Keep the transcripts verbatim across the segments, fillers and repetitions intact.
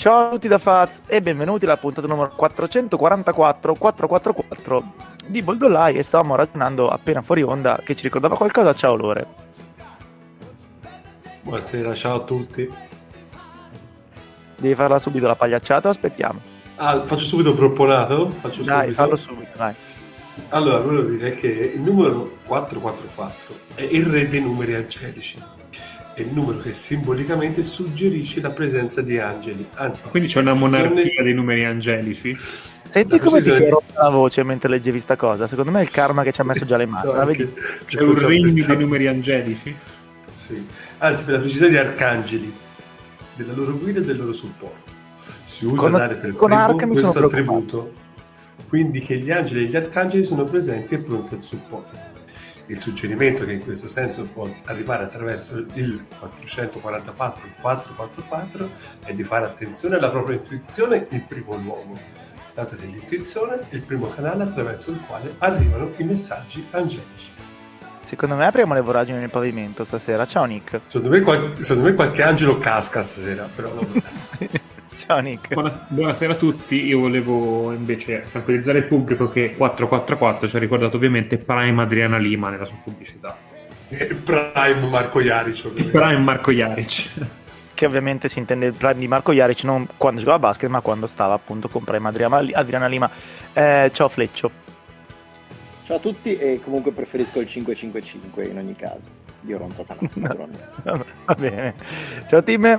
Ciao a tutti da Faz e benvenuti alla puntata numero quattrocentoquarantaquattro quattrocentoquarantaquattro di Boldolai, e stavamo ragionando appena fuori onda che ci ricordava qualcosa. Ciao Lore. Buonasera, ciao a tutti. Devi farla subito la pagliacciata o aspettiamo? Ah, faccio subito propponato? Faccio Dai, subito. fallo subito, dai. Allora, volevo dire che il numero quattrocentoquarantaquattro è il re dei numeri angelici. È il numero che simbolicamente suggerisce la presenza di angeli. Anzi, quindi c'è una monarchia precisione... dei numeri angelici? Senti La come ti precisione... si è rotta la voce mentre leggevi sta cosa. Secondo me è il karma che ci ha messo già le mani. No, La anche... vedi? C'è un regno dei numeri angelici? Sì. Anzi, per la precisione di arcangeli, della loro guida e del loro supporto. Si usa Con, dare per con primo Arca mi questo sono attributo, quindi che gli angeli e gli arcangeli sono presenti e pronti al supporto. Il suggerimento che in questo senso può arrivare attraverso il quattrocentoquarantaquattro, il quattrocentoquarantaquattro, è di fare attenzione alla propria intuizione in primo luogo, dato che l'intuizione è il primo canale attraverso il quale arrivano i messaggi angelici. Secondo me apriamo le voragini nel pavimento stasera. Ciao Nick. Secondo me, qual- secondo me qualche angelo casca stasera, però vabbè. Sì. Ciao Nick. Buona- buonasera a tutti. Io volevo invece tranquillizzare il pubblico che quattrocentoquarantaquattro ci ha ricordato ovviamente Prime Adriana Lima nella sua pubblicità. Prime Marco Jaric, ovviamente. Prime Marco Jaric. Che ovviamente si intende il Prime di Marco Jaric non quando giocava a basket, ma quando stava appunto con Prime Adriana, Adriana Lima. Eh, ciao Fleccio. Ciao a tutti, e comunque preferisco il cinquecentocinquantacinque in ogni caso. Io non tocco no, va bene. Ciao Tim.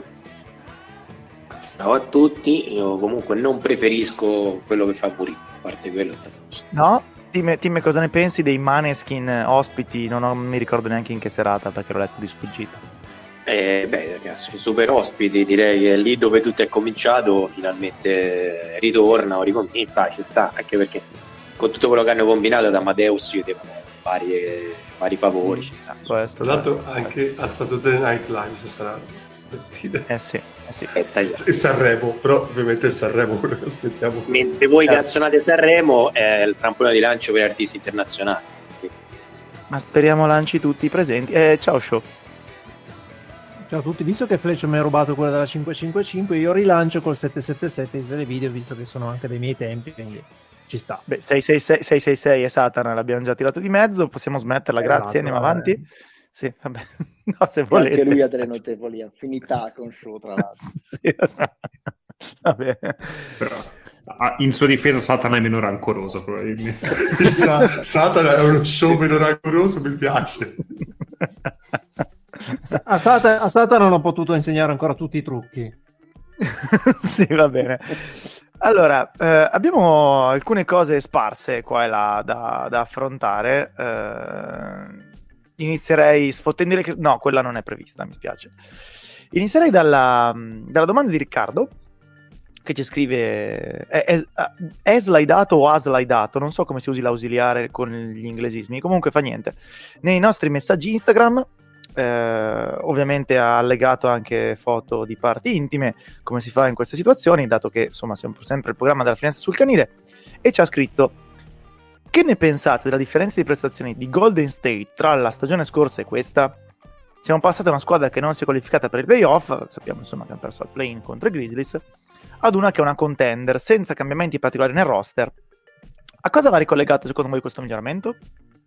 Ciao a tutti, io comunque non preferisco quello che fa Burì, a parte quello. No? Tim, Tim, cosa ne pensi dei Maneskin ospiti? Non, ho, non mi ricordo neanche in che serata perché l'ho letto di sfuggita. Eh, beh, ragazzi, super ospiti, direi che lì dove tutto è cominciato finalmente ritorna o ricomincia, ci sta, anche perché con tutto quello che hanno combinato da Amadeus io devo varie, vari favori, mm, ci sta. Tra l'altro anche al Saturday Night Live si sarà per dire. Eh sì, eh sì. E, e Sanremo, però ovviamente Sanremo quello che aspettiamo. Mentre voi certo. Canzonate Sanremo è il trampolino di lancio per artisti internazionali. Sì. Ma speriamo lanci tutti presenti. Eh, ciao Show. Ciao a tutti, visto che Fleccio mi ha rubato quella della cinquecentocinquantacinque, io rilancio col settecentosettantasette di Televideo, visto che sono anche dei miei tempi, quindi ci sta. Beh, sei sei sei, sei sei sei e Satana l'abbiamo già tirato di mezzo, possiamo smetterla, esatto, grazie, andiamo vabbè. avanti. Sì, vabbè. No, se e volete. anche lui ha delle notevoli affinità con Show, tra l'altro. Sì, esatto. Va bene. Però in sua difesa Satana è meno rancoroso, probabilmente. Sì, sa- Satana è uno show meno rancoroso, mi piace. A Satana, a Satana non ho potuto insegnare ancora tutti i trucchi. Sì, va bene. Allora, eh, abbiamo alcune cose sparse qua e là da, da affrontare. Eh, inizierei sfottendo le... No, quella non è prevista, mi spiace. Inizierei dalla, dalla domanda di Riccardo, che ci scrive: è, è, è slidato o ha slidato? Non so come si usi l'ausiliare con gli inglesismi, comunque fa niente. Nei nostri messaggi Instagram, eh, ovviamente ha allegato anche foto di parti intime, come si fa in queste situazioni, dato che insomma siamo sempre il programma della finestra sul canile, e ci ha scritto: che ne pensate della differenza di prestazioni di Golden State tra la stagione scorsa e questa? Siamo passati da una squadra che non si è qualificata per il playoff, sappiamo insomma che hanno perso al play-in contro i Grizzlies, ad una che è una contender, senza cambiamenti particolari nel roster. A cosa va ricollegato secondo voi questo miglioramento?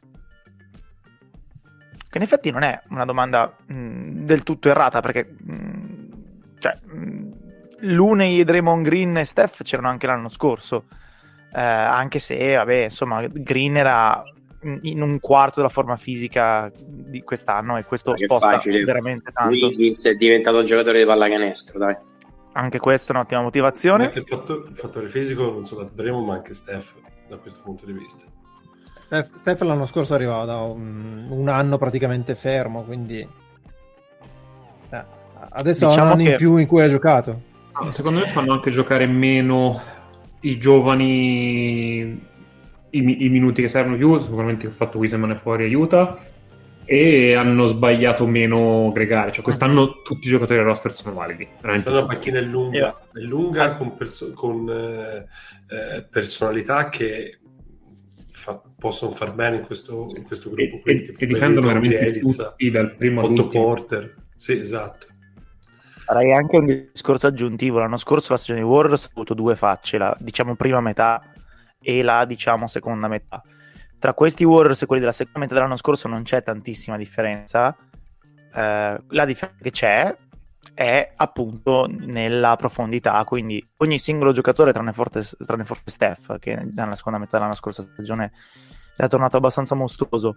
Che in effetti non è una domanda mh, del tutto errata, perché mh, cioè, mh, Looney, Draymond Green e Steph c'erano anche l'anno scorso, eh, anche se, vabbè, insomma, Green era in un quarto della forma fisica di quest'anno e questo che sposta facile. veramente tanto. Wiggins è diventato un giocatore di pallacanestro, dai. Anche questa è un'ottima motivazione. Anche il, fatto, il fattore fisico non solo da Draymond, ma anche Steph da questo punto di vista. Steph, Steph l'anno scorso arrivava da un, un anno praticamente fermo, quindi eh, adesso diciamo ha un anno che... in più in cui ha giocato. Secondo me fanno anche giocare meno i giovani, i, i minuti che servono più. Sicuramente il fatto che Wiseman è fuori aiuta, e hanno sbagliato meno Gregari, cioè quest'anno tutti i giocatori del roster sono validi, veramente. La panchina è lunga, Io... è lunga con, perso- con eh, eh, personalità che fa- possono far bene in questo, in questo gruppo. E, Quindi, e, e difendono veramente Bielitsa, tutti dal primo Otto all'ultimo. Porter, sì, esatto. Farei anche un discorso aggiuntivo. L'anno scorso la stagione di Warriors ha avuto due facce, la diciamo prima metà e la diciamo seconda metà. Tra questi Warriors e quelli della seconda metà dell'anno scorso non c'è tantissima differenza. Eh, la differenza che c'è è appunto nella profondità, quindi ogni singolo giocatore tranne forte, tranne forte Steph, che nella seconda metà dell'anno scorsa stagione è tornato abbastanza mostruoso,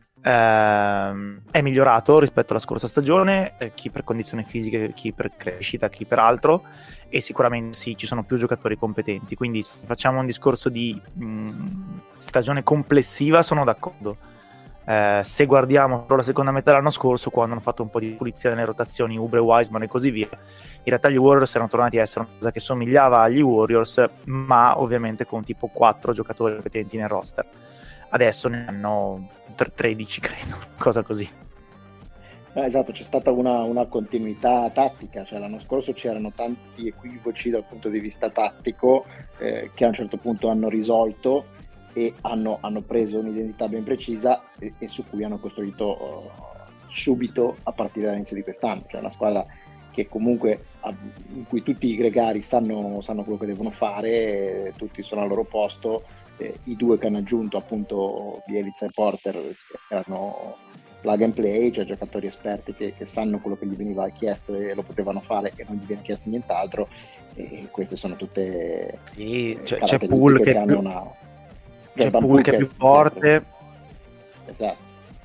ehm, è migliorato rispetto alla scorsa stagione, eh, chi per condizioni fisiche, chi per crescita, chi per altro, e sicuramente sì, ci sono più giocatori competenti, quindi se facciamo un discorso di mh, stagione complessiva sono d'accordo. Eh, se guardiamo la seconda metà dell'anno scorso, quando hanno fatto un po' di pulizia nelle rotazioni, Oubre, Wiseman e così via, in realtà gli Warriors erano tornati a essere una cosa che somigliava agli Warriors, ma ovviamente con tipo quattro giocatori competenti nel roster. Adesso ne hanno tredici, credo, cosa così. Eh, esatto, c'è stata una, una continuità tattica, cioè l'anno scorso c'erano tanti equivoci dal punto di vista tattico eh, che a un certo punto hanno risolto e hanno, hanno preso un'identità ben precisa e, e su cui hanno costruito uh, subito a partire dall'inizio di quest'anno. Cioè una squadra che comunque ha, in cui tutti i gregari sanno, sanno quello che devono fare, tutti sono al loro posto, eh, i due che hanno aggiunto appunto Bjelica e Porter erano plug and play, cioè giocatori esperti che, che sanno quello che gli veniva chiesto e lo potevano fare e non gli viene chiesto nient'altro, e queste sono tutte sì, c'è, c'è Poole che, che hanno una c'è Poole che è più forte, esatto.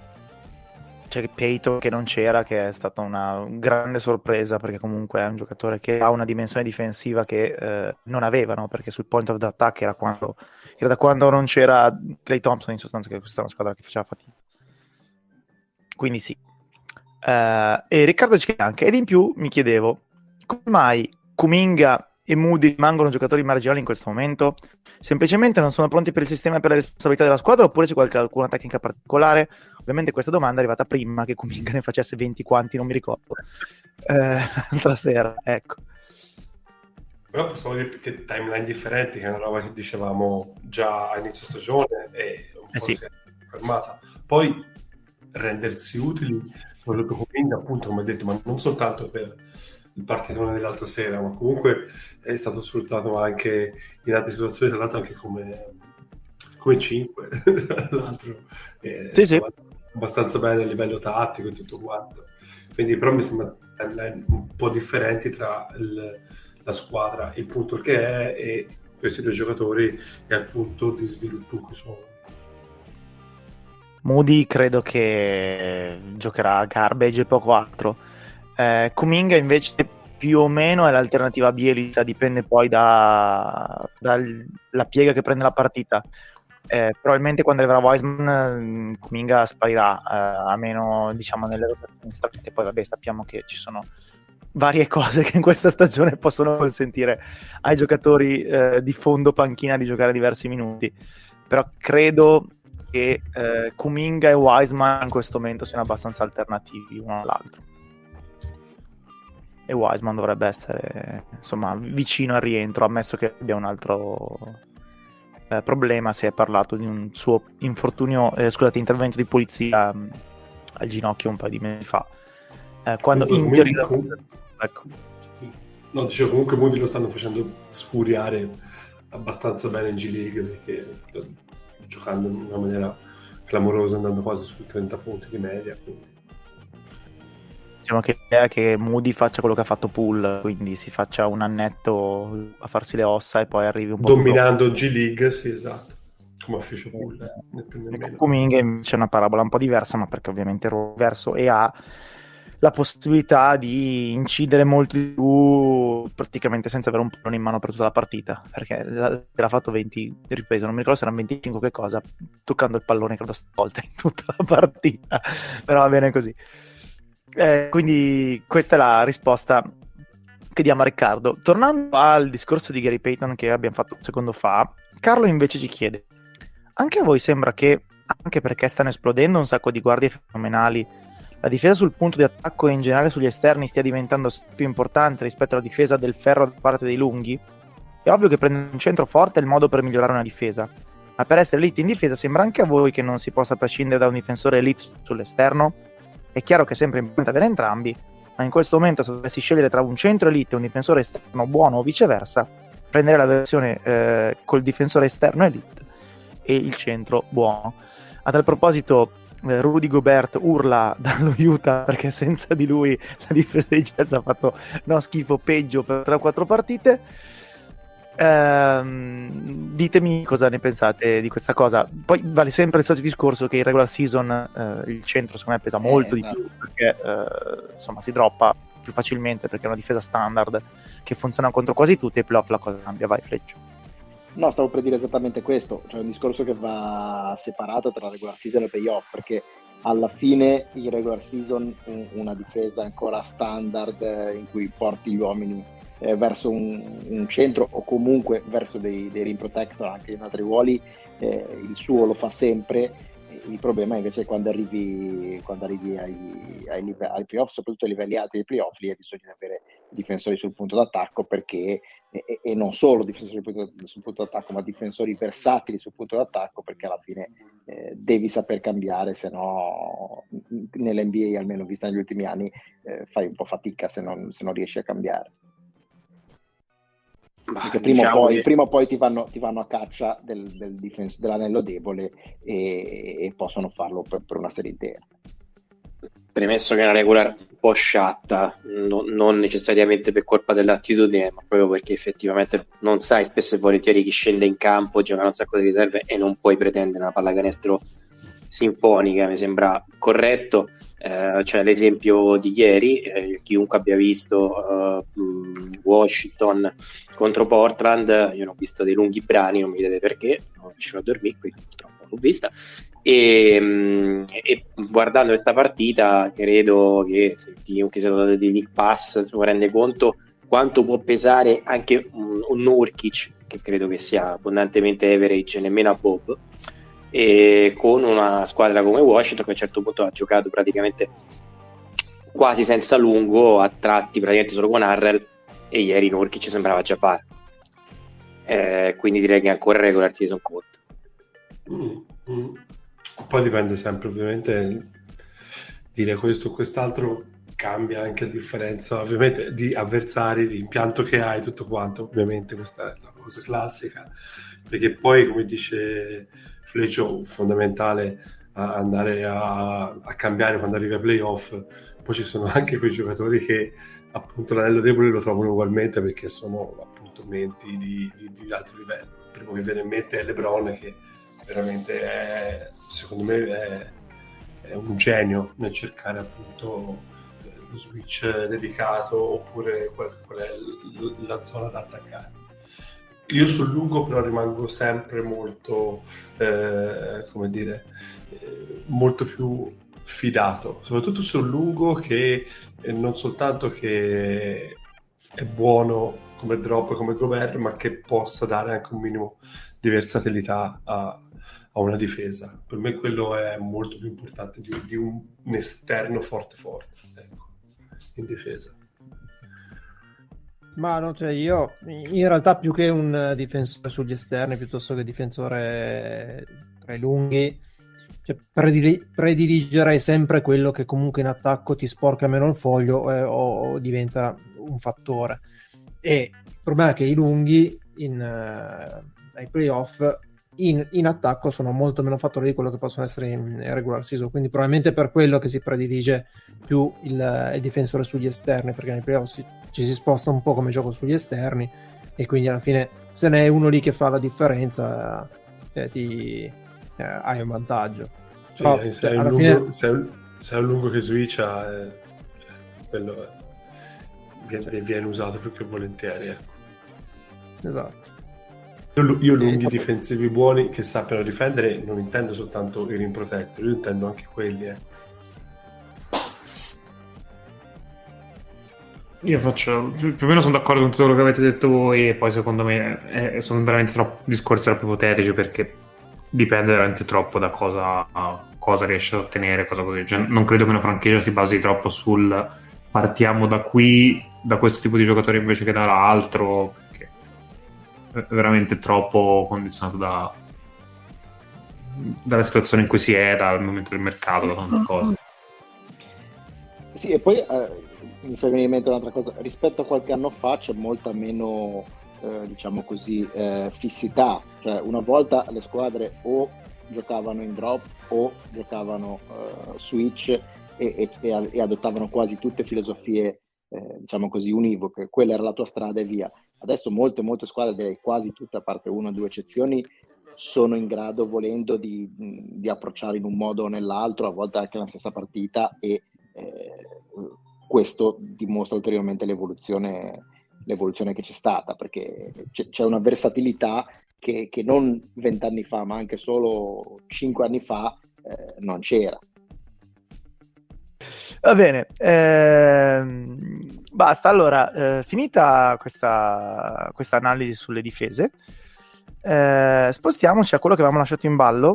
C'è Peyton che non c'era, che è stata una grande sorpresa, perché comunque è un giocatore che ha una dimensione difensiva che eh, non avevano, perché sul point of the attack era, quando, era da quando non c'era Klay Thompson in sostanza, che questa è una squadra che faceva fatica. Quindi sì. Uh, e Riccardo ci chiede anche, ed in più mi chiedevo, come mai Kuminga e Moody rimangono giocatori marginali in questo momento? Semplicemente non sono pronti per il sistema e per la responsabilità della squadra, oppure c'è qualche, alcuna tecnica particolare? Ovviamente questa domanda è arrivata prima che Kuminga ne facesse venti quanti, non mi ricordo, eh, l'altra sera, ecco. Però possiamo dire che timeline differenti, che è una roba che dicevamo già a inizio stagione e un po' eh sì. si è fermata. Poi rendersi utili, soprattutto Kuminga, appunto, come detto, ma non soltanto per il partitone dell'altra sera, ma comunque è stato sfruttato anche in altre situazioni, tra l'altro anche come, come cinque, tra l'altro eh, sì, sì. abbastanza bene a livello tattico e tutto quanto. Quindi però mi sembra un po' differenti tra il, la squadra, il punto che è e questi due giocatori e al punto di sviluppo in cui sono. Moody credo che giocherà garbage e poco altro. Eh, Kuminga invece più o meno è l'alternativa a Bjelica, dipende poi da, dalla piega che prende la partita. Eh, probabilmente quando arriverà Wiseman Kuminga sparirà, eh, a meno diciamo nelle rotazioni strette. Poi vabbè, sappiamo che ci sono varie cose che in questa stagione possono consentire ai giocatori eh, di fondo panchina di giocare diversi minuti, però credo che eh, Kuminga e Wiseman in questo momento siano abbastanza alternativi uno all'altro, e Wiseman dovrebbe essere insomma vicino al rientro, ammesso che abbia un altro eh, problema. Si è parlato di un suo infortunio, eh, scusate, intervento di polizia mh, al ginocchio un paio di mesi fa, eh, quando comunque, in teoria comunque, ecco. No, dicevo, comunque Moody lo stanno facendo sfuriare abbastanza bene in G League, perché sta giocando in una maniera clamorosa, andando quasi sui trenta punti di media, quindi. Diciamo che l'idea è che Moody faccia quello che ha fatto Poole, quindi si faccia un annetto a farsi le ossa e poi arrivi un po' dominando G League, sì, esatto, come ufficio Poole, né più né meno. Kuminga invece è una parabola un po' diversa, ma perché ovviamente è diverso e ha la possibilità di incidere molto di più praticamente senza avere un pallone in mano per tutta la partita, perché l'ha fatto venti, ripeto, non mi ricordo se erano venticinque che cosa, toccando il pallone credo stavolta in tutta la partita, però va bene così. Eh, quindi questa è la risposta che diamo a Riccardo. Tornando al discorso di Gary Payton che abbiamo fatto un secondo fa, Carlo invece ci chiede: anche a voi sembra che, anche perché stanno esplodendo un sacco di guardie fenomenali, la difesa sul punto di attacco e in generale sugli esterni stia diventando più importante rispetto alla difesa del ferro da parte dei lunghi? È ovvio che prendere un centro forte è il modo per migliorare una difesa, ma per essere elite in difesa sembra anche a voi che non si possa prescindere da un difensore elite sull'esterno? È chiaro che è sempre importante avere entrambi, ma in questo momento se dovessi scegliere tra un centro elite e un difensore esterno buono o viceversa, prenderei la versione eh, col difensore esterno elite e il centro buono. A tal proposito, eh, Rudy Gobert urla dallo Utah perché senza di lui la difesa dei Jazz ha fatto no schifo peggio per tre o quattro partite. Ehm, ditemi cosa ne pensate di questa cosa. Poi vale sempre il solito discorso che in regular season eh, il centro secondo me pesa molto Eh, di esatto. più perché eh, insomma si droppa più facilmente perché è una difesa standard che funziona contro quasi tutti, e playoff la cosa cambia. Vai Fleccio. No, stavo per dire esattamente questo, cioè un discorso che va separato tra regular season e playoff, perché alla fine in regular season un- una difesa ancora standard eh, in cui porti gli uomini eh, verso un, un centro o comunque verso dei, dei rim protector anche in altri ruoli, eh, il suo lo fa sempre. Il problema invece è quando arrivi, quando arrivi ai, ai, live- ai playoff, soprattutto ai livelli alti dei playoff, lì hai bisogno di avere difensori sul punto d'attacco perché e, e non solo difensori sul punto, sul punto d'attacco, ma difensori versatili sul punto d'attacco, perché alla fine eh, devi saper cambiare, se no nell'N B A, almeno vista negli ultimi anni, eh, fai un po' fatica se non, se non riesci a cambiare. Ma Perché prima, diciamo o poi, che- prima o poi ti vanno, ti vanno a caccia del, del difens- dell'anello debole e, e possono farlo per, per una serie intera. premesso che è una regular un po' sciatta, no- non necessariamente per colpa dell'attitudine, ma proprio perché effettivamente non sai spesso e volentieri chi scende in campo, gioca un sacco di riserve e non puoi pretendere una pallacanestro sinfonica, mi sembra corretto. Eh, c'è l'esempio di ieri, eh, chiunque abbia visto eh, mh, Washington contro Portland, io non ho visto dei lunghi brani, non mi chiedete perché, non riuscivo a dormire, quindi purtroppo l'ho vista. E, mh, e guardando questa partita credo che se chiunque sia dotato di League Pass si rende conto quanto può pesare anche un, un Nurkic, che credo che sia abbondantemente average, nemmeno above, e con una squadra come Washington che a un certo punto ha giocato praticamente quasi senza lungo, a tratti praticamente solo con Harrell, e ieri Nurkic sembrava già pari. Eh, quindi direi che ancora regular season conta. Mm, mm. Poi dipende sempre, ovviamente, dire questo o quest'altro cambia anche a differenza, ovviamente, di avversari, di impianto che hai, tutto quanto. Ovviamente questa è la cosa classica, perché poi, come dice Fleccio, fondamentale a andare a, a cambiare quando arrivi ai playoff. Poi ci sono anche quei giocatori che appunto l'anello debole lo trovano ugualmente perché sono appunto menti di, di, di alto livello. Il primo che viene in mente è LeBron, che veramente è, secondo me è, è un genio nel cercare appunto lo switch dedicato oppure qual, qual è l- la zona da attaccare. Io sul lungo però rimango sempre molto eh, come dire eh, molto più fidato, soprattutto sul lungo, che eh, non soltanto che è buono come drop, come Gobert, ma che possa dare anche un minimo di versatilità a, a una difesa. Per me quello è molto più importante di, di un, un esterno forte forte, ecco, in difesa. Ma no, cioè io in realtà più che un difensore sugli esterni piuttosto che difensore tra i lunghi, cioè predili- prediligerei sempre quello che comunque in attacco ti sporca meno il foglio eh, o, o diventa un fattore. E il problema è che i lunghi in, uh, ai playoff in, in attacco sono molto meno fattori di quello che possono essere in regular season, quindi probabilmente per quello che si predilige più il, il difensore sugli esterni, perché nei playoff si, ci si sposta un po' come gioco sugli esterni e quindi alla fine se ne è uno lì che fa la differenza eh, ti, eh, hai un vantaggio. Sì, Però, se, cioè, hai un alla lungo, fine se, hai un, se hai un lungo che switcha eh, cioè, quello è, viene, sì. viene usato più che volentieri, ecco. Esatto. Io, io lunghi E- difensivi buoni che sappiano difendere non intendo soltanto i rim protector, io intendo anche quelli, eh. Io faccio più o meno sono d'accordo con tutto quello che avete detto voi, e poi secondo me eh, sono veramente troppo discorsi troppo ipotetici, perché dipende veramente troppo da cosa, cosa riesce ad ottenere, cosa così. Cioè, non credo che una franchigia si basi troppo sul partiamo da qui, da questo tipo di giocatore invece che dall'altro, perché è veramente troppo condizionato da, dalla situazione in cui si è, dal momento del mercato, da tante cose. Sì, e poi eh, mi fa venire in mente un'altra cosa. Rispetto a qualche anno fa c'è molta meno, eh, diciamo così, eh, fissità. Cioè, una volta le squadre o giocavano in drop o giocavano uh, switch e, e, e adottavano quasi tutte filosofie, eh, diciamo così, univoche. Quella era la tua strada e via. Adesso molte, molte squadre, direi quasi tutte, a parte una o due eccezioni, sono in grado, volendo, di, di approcciare in un modo o nell'altro, a volte anche la stessa partita, e eh, questo dimostra ulteriormente l'evoluzione, l'evoluzione che c'è stata, perché c'è, c'è una versatilità che, che non vent'anni fa, ma anche solo cinque anni fa eh, non c'era. Va bene, ehm, basta. Allora, eh, finita questa, questa analisi sulle difese, eh, spostiamoci a quello che avevamo lasciato in ballo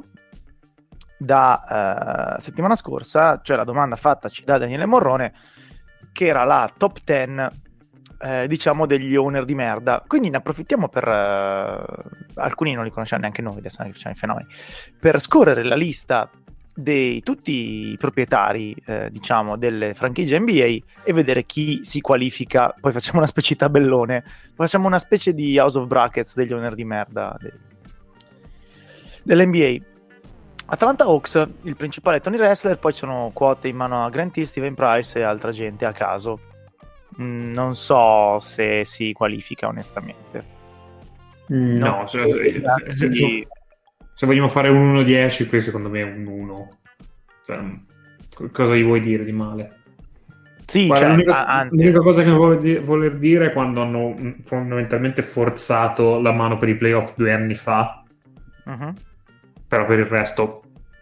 da eh, settimana scorsa, cioè la domanda fattaci da Daniele Morrone, che era la top dieci, eh, diciamo, degli owner di merda. Quindi ne approfittiamo per, eh, alcuni non li conosciamo neanche noi, adesso non è che facciamo i fenomeni, per scorrere la lista di tutti i proprietari, eh, diciamo, delle franchigie N B A e vedere chi si qualifica. Poi facciamo una specie di tabellone, facciamo una specie di house of brackets degli owner di merda de... dell'N B A. Atlanta Hawks, il principale è Tony Ressler, poi ci sono quote in mano a Grant Hill, Steven Price e altra gente a caso. Mm, non so se si qualifica onestamente. No, no cioè, se, se, se, se vogliamo fare un uno dieci, qui secondo me è un uno. Cioè, cosa gli vuoi dire di male? Sì, Guarda, cioè, l'unica, anzi... l'unica cosa che vuol dire, voler dire è quando hanno fondamentalmente forzato la mano per i playoff due anni fa. Uh-huh. Però per il resto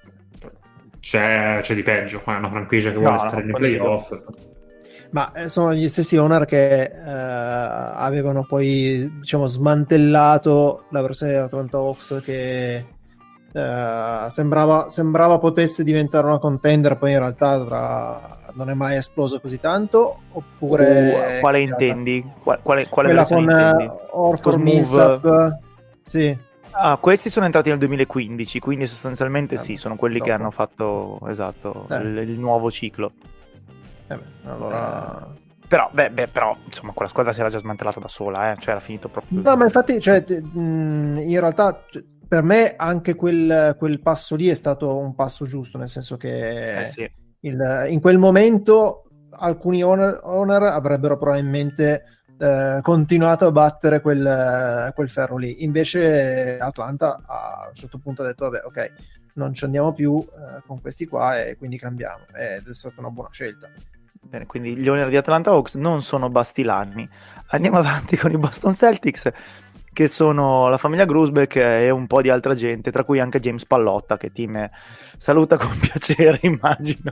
c'è, c'è di peggio. È una franchigia che vuole no, stare no, nei playoff. Ma sono gli stessi owner che eh, avevano poi, diciamo, smantellato la versione dell'Atlanta Hawks che eh, sembrava, sembrava potesse diventare una contender, poi in realtà tra, non è mai esploso così tanto. Oppure uh, quale intendi? Quale, quale, quale quella con intendi? Horford, Millsap, sì. Ah, questi sono entrati nel duemilaquindici, quindi sostanzialmente eh, sì, sono quelli dopo. Che hanno fatto, esatto, eh. il, il nuovo ciclo. Eh beh, allora... eh, però, beh, beh, però, insomma, quella squadra si era già smantellata da sola, eh? Cioè era finito proprio... No, ma infatti, cioè, mh, in realtà, per me anche quel, quel passo lì è stato un passo giusto, nel senso che eh, sì. il, in quel momento alcuni owner, owner avrebbero probabilmente... Eh, continuato a battere quel, quel ferro lì. Invece Atlanta a un certo punto ha detto vabbè, ok, non ci andiamo più eh, con questi qua e quindi cambiamo, ed è stata una buona scelta. Bene, quindi gli owner di Atlanta Hawks non sono bastilani. Andiamo avanti con i Boston Celtics, che sono la famiglia Grusbeck e un po' di altra gente, tra cui anche James Pallotta, che Tim saluta con piacere, immagino.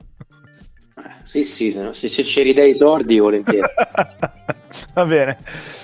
Sì, sì, se, se ci ridei i sordi, volentieri. Va bene.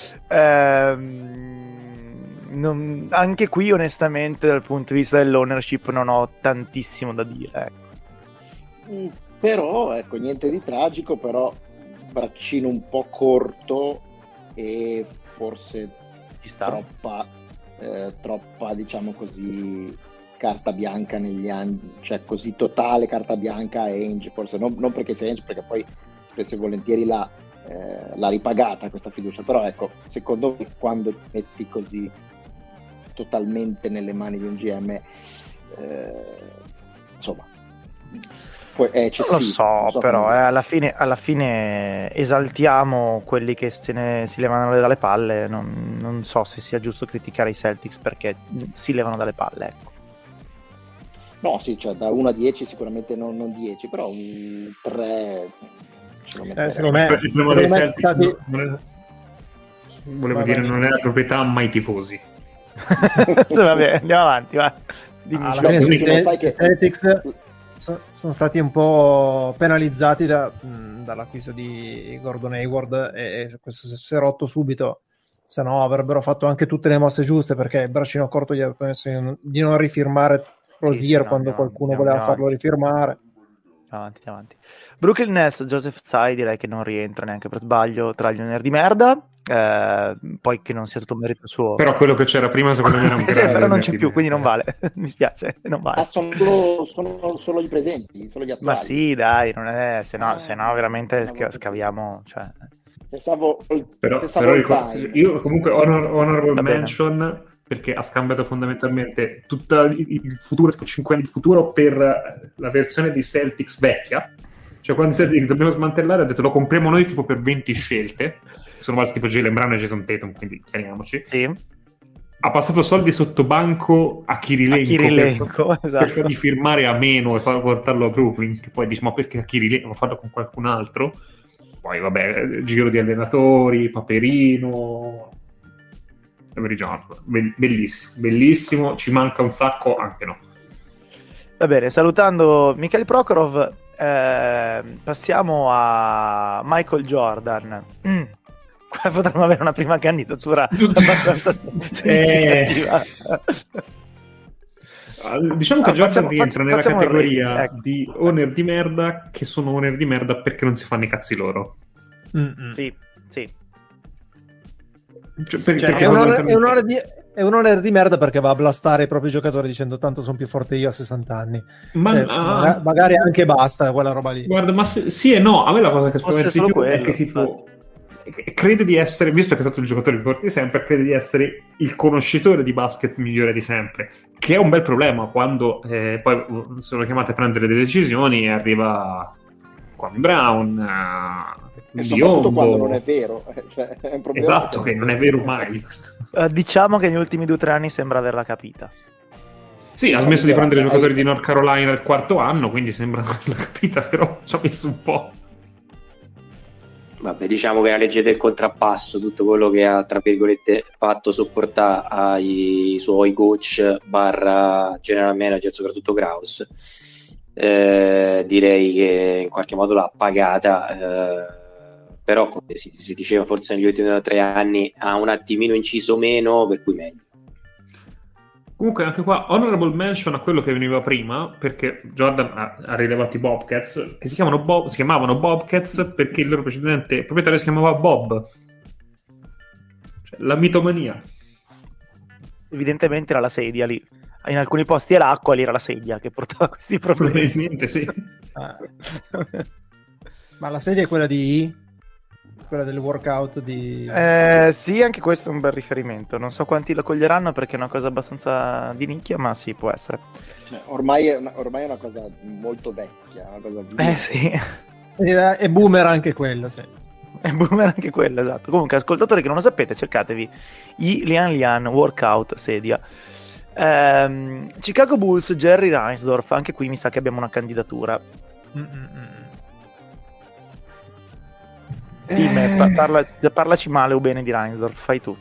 Ehm, non, anche qui, onestamente, dal punto di vista dell'ownership, non ho tantissimo da dire. Ecco. Mm, però, ecco, niente di tragico, però braccino un po' corto e forse ci sta. troppa, eh, troppa, diciamo così, carta bianca negli anni, cioè così totale carta bianca a Ainge, forse non, non perché sia Ainge, perché poi spesso e volentieri l'ha, eh, l'ha ripagata questa fiducia, però ecco, secondo me quando metti così totalmente nelle mani di un G M, eh, insomma, poi è eccessivo. Lo so, so però eh, alla, fine, alla fine esaltiamo quelli che se ne si levano dalle palle, non, non so se sia giusto criticare i Celtics perché si levano dalle palle, ecco. No, sì, cioè da uno a dieci sicuramente non, non dieci, però un tre eh, secondo me il problema dei Celtics stati... non è... volevo va dire bene. Non è la proprietà ma i tifosi. Sì, vabbè, andiamo avanti, va. Ah, alla fine i che... Celtics so, sono stati un po' penalizzati da, mh, dall'acquisto di Gordon Hayward e, e questo si è rotto subito, se no avrebbero fatto anche tutte le mosse giuste, perché il braccino corto gli ha permesso di non rifirmare Rozier, sì, sì, quando no, qualcuno no, voleva no, farlo rifirmare. avanti, avanti. Brooklyn Nets, Joseph Tsai direi che non rientra neanche per sbaglio tra gli owner di merda, eh, poi che non sia tutto merito suo. Però quello che c'era prima secondo me era un Sì, grande però non owner c'è di più, quindi non merda. vale. Mi spiace, non vale. Ah, sono, sono solo i presenti, solo gli attuali. Ma sì, dai, non è, se no, Eh, se no veramente no, sca- no, scaviamo, cioè. Pensavo, Però, pensavo però all ricor- time. io comunque honor- honorable Va bene. mention perché ha scambiato fondamentalmente tutto il futuro, cinque anni di futuro per la versione di Celtics vecchia. Cioè quando i Celtics dobbiamo smantellare ha detto lo compriamo noi tipo per venti scelte, che sono valsi tipo Jaylen Brown e Jason Tatum, quindi chiariamoci. Sì, Ha passato soldi sotto banco a Kirilenko, a Kirilenko, per, esatto. per fargli firmare a meno e farlo portarlo a Brooklyn, che poi dici ma perché a Kirilenko, farlo con qualcun altro? Poi vabbè, giro di allenatori, Paperino, Avery Jones, Be- bellissimo, bellissimo, ci manca un sacco, anche no. Va bene, salutando Mikhail Prokhorov, eh, passiamo a Michael Jordan. Mm. Qua potremmo avere una prima candidatura abbastanza significativa. Diciamo che No, Jordan facciamo- rientra faccia- nella facciamo un categoria ranking, ecco. di owner di merda che sono owner di merda perché non si fanno i cazzi loro. Mm-mm. Sì, sì. Cioè, per- Cioè, perché è, un owner, fondamentalmente- è, un owner di, è un owner di merda perché va a blastare i propri giocatori dicendo tanto sono più forte io a sessanta anni. Ma, Cioè, ah, maga- magari anche basta quella roba lì. Guarda, ma se- sì e no, a me la cosa che Fosse spaventa di solo più è quello, che tipo crede di essere, visto che è stato il giocatore più forte di sempre, crede di essere il conoscitore di basket migliore di sempre, che è un bel problema quando eh, poi sono chiamate a prendere delle decisioni e arriva Kwame Brown, eh, E soprattutto Biombo. quando non è vero, cioè, è un problema. Esatto, che non è vero mai. Eh, diciamo che negli ultimi due o tre anni sembra averla capita. Sì, ha smesso di prendere giocatori di North Carolina al quarto anno, quindi sembra averla capita, però ci ha messo un po'. Vabbè, diciamo che la legge del contrappasso, tutto quello che ha, tra virgolette, fatto sopportare ai suoi coach barra general manager, soprattutto Kraus, eh, direi che in qualche modo l'ha pagata, eh, però come si, si diceva forse negli ultimi tre anni ha un attimino inciso meno, per cui meglio. Comunque anche qua honorable mention a quello che veniva prima, perché Jordan ha, ha rilevato i Bobcats, che si, chiamano Bob, si chiamavano Bobcats perché il loro precedente proprietario si chiamava Bob. Cioè, la mitomania. Evidentemente era la sedia lì. In alcuni posti è l'acqua, lì era la sedia che portava questi problemi. Probabilmente sì. Ah. Ma la sedia è quella di quella del workout di Eh, sì, anche questo è un bel riferimento. Non so quanti lo coglieranno perché è una cosa abbastanza di nicchia, ma sì, può essere. Cioè, ormai, è una, ormai è una cosa molto vecchia, una cosa Eh sì, è, è boomer anche quella, sì. è boomer anche quello, esatto. Comunque, ascoltatori che non lo sapete, cercatevi i Lian Lian Workout sedia. Ehm, Chicago Bulls, Jerry Reinsdorf, anche qui mi sa che abbiamo una candidatura. Mm-mm. Dime, pa- parla- parlaci male o bene di Reinsdorf, fai tu.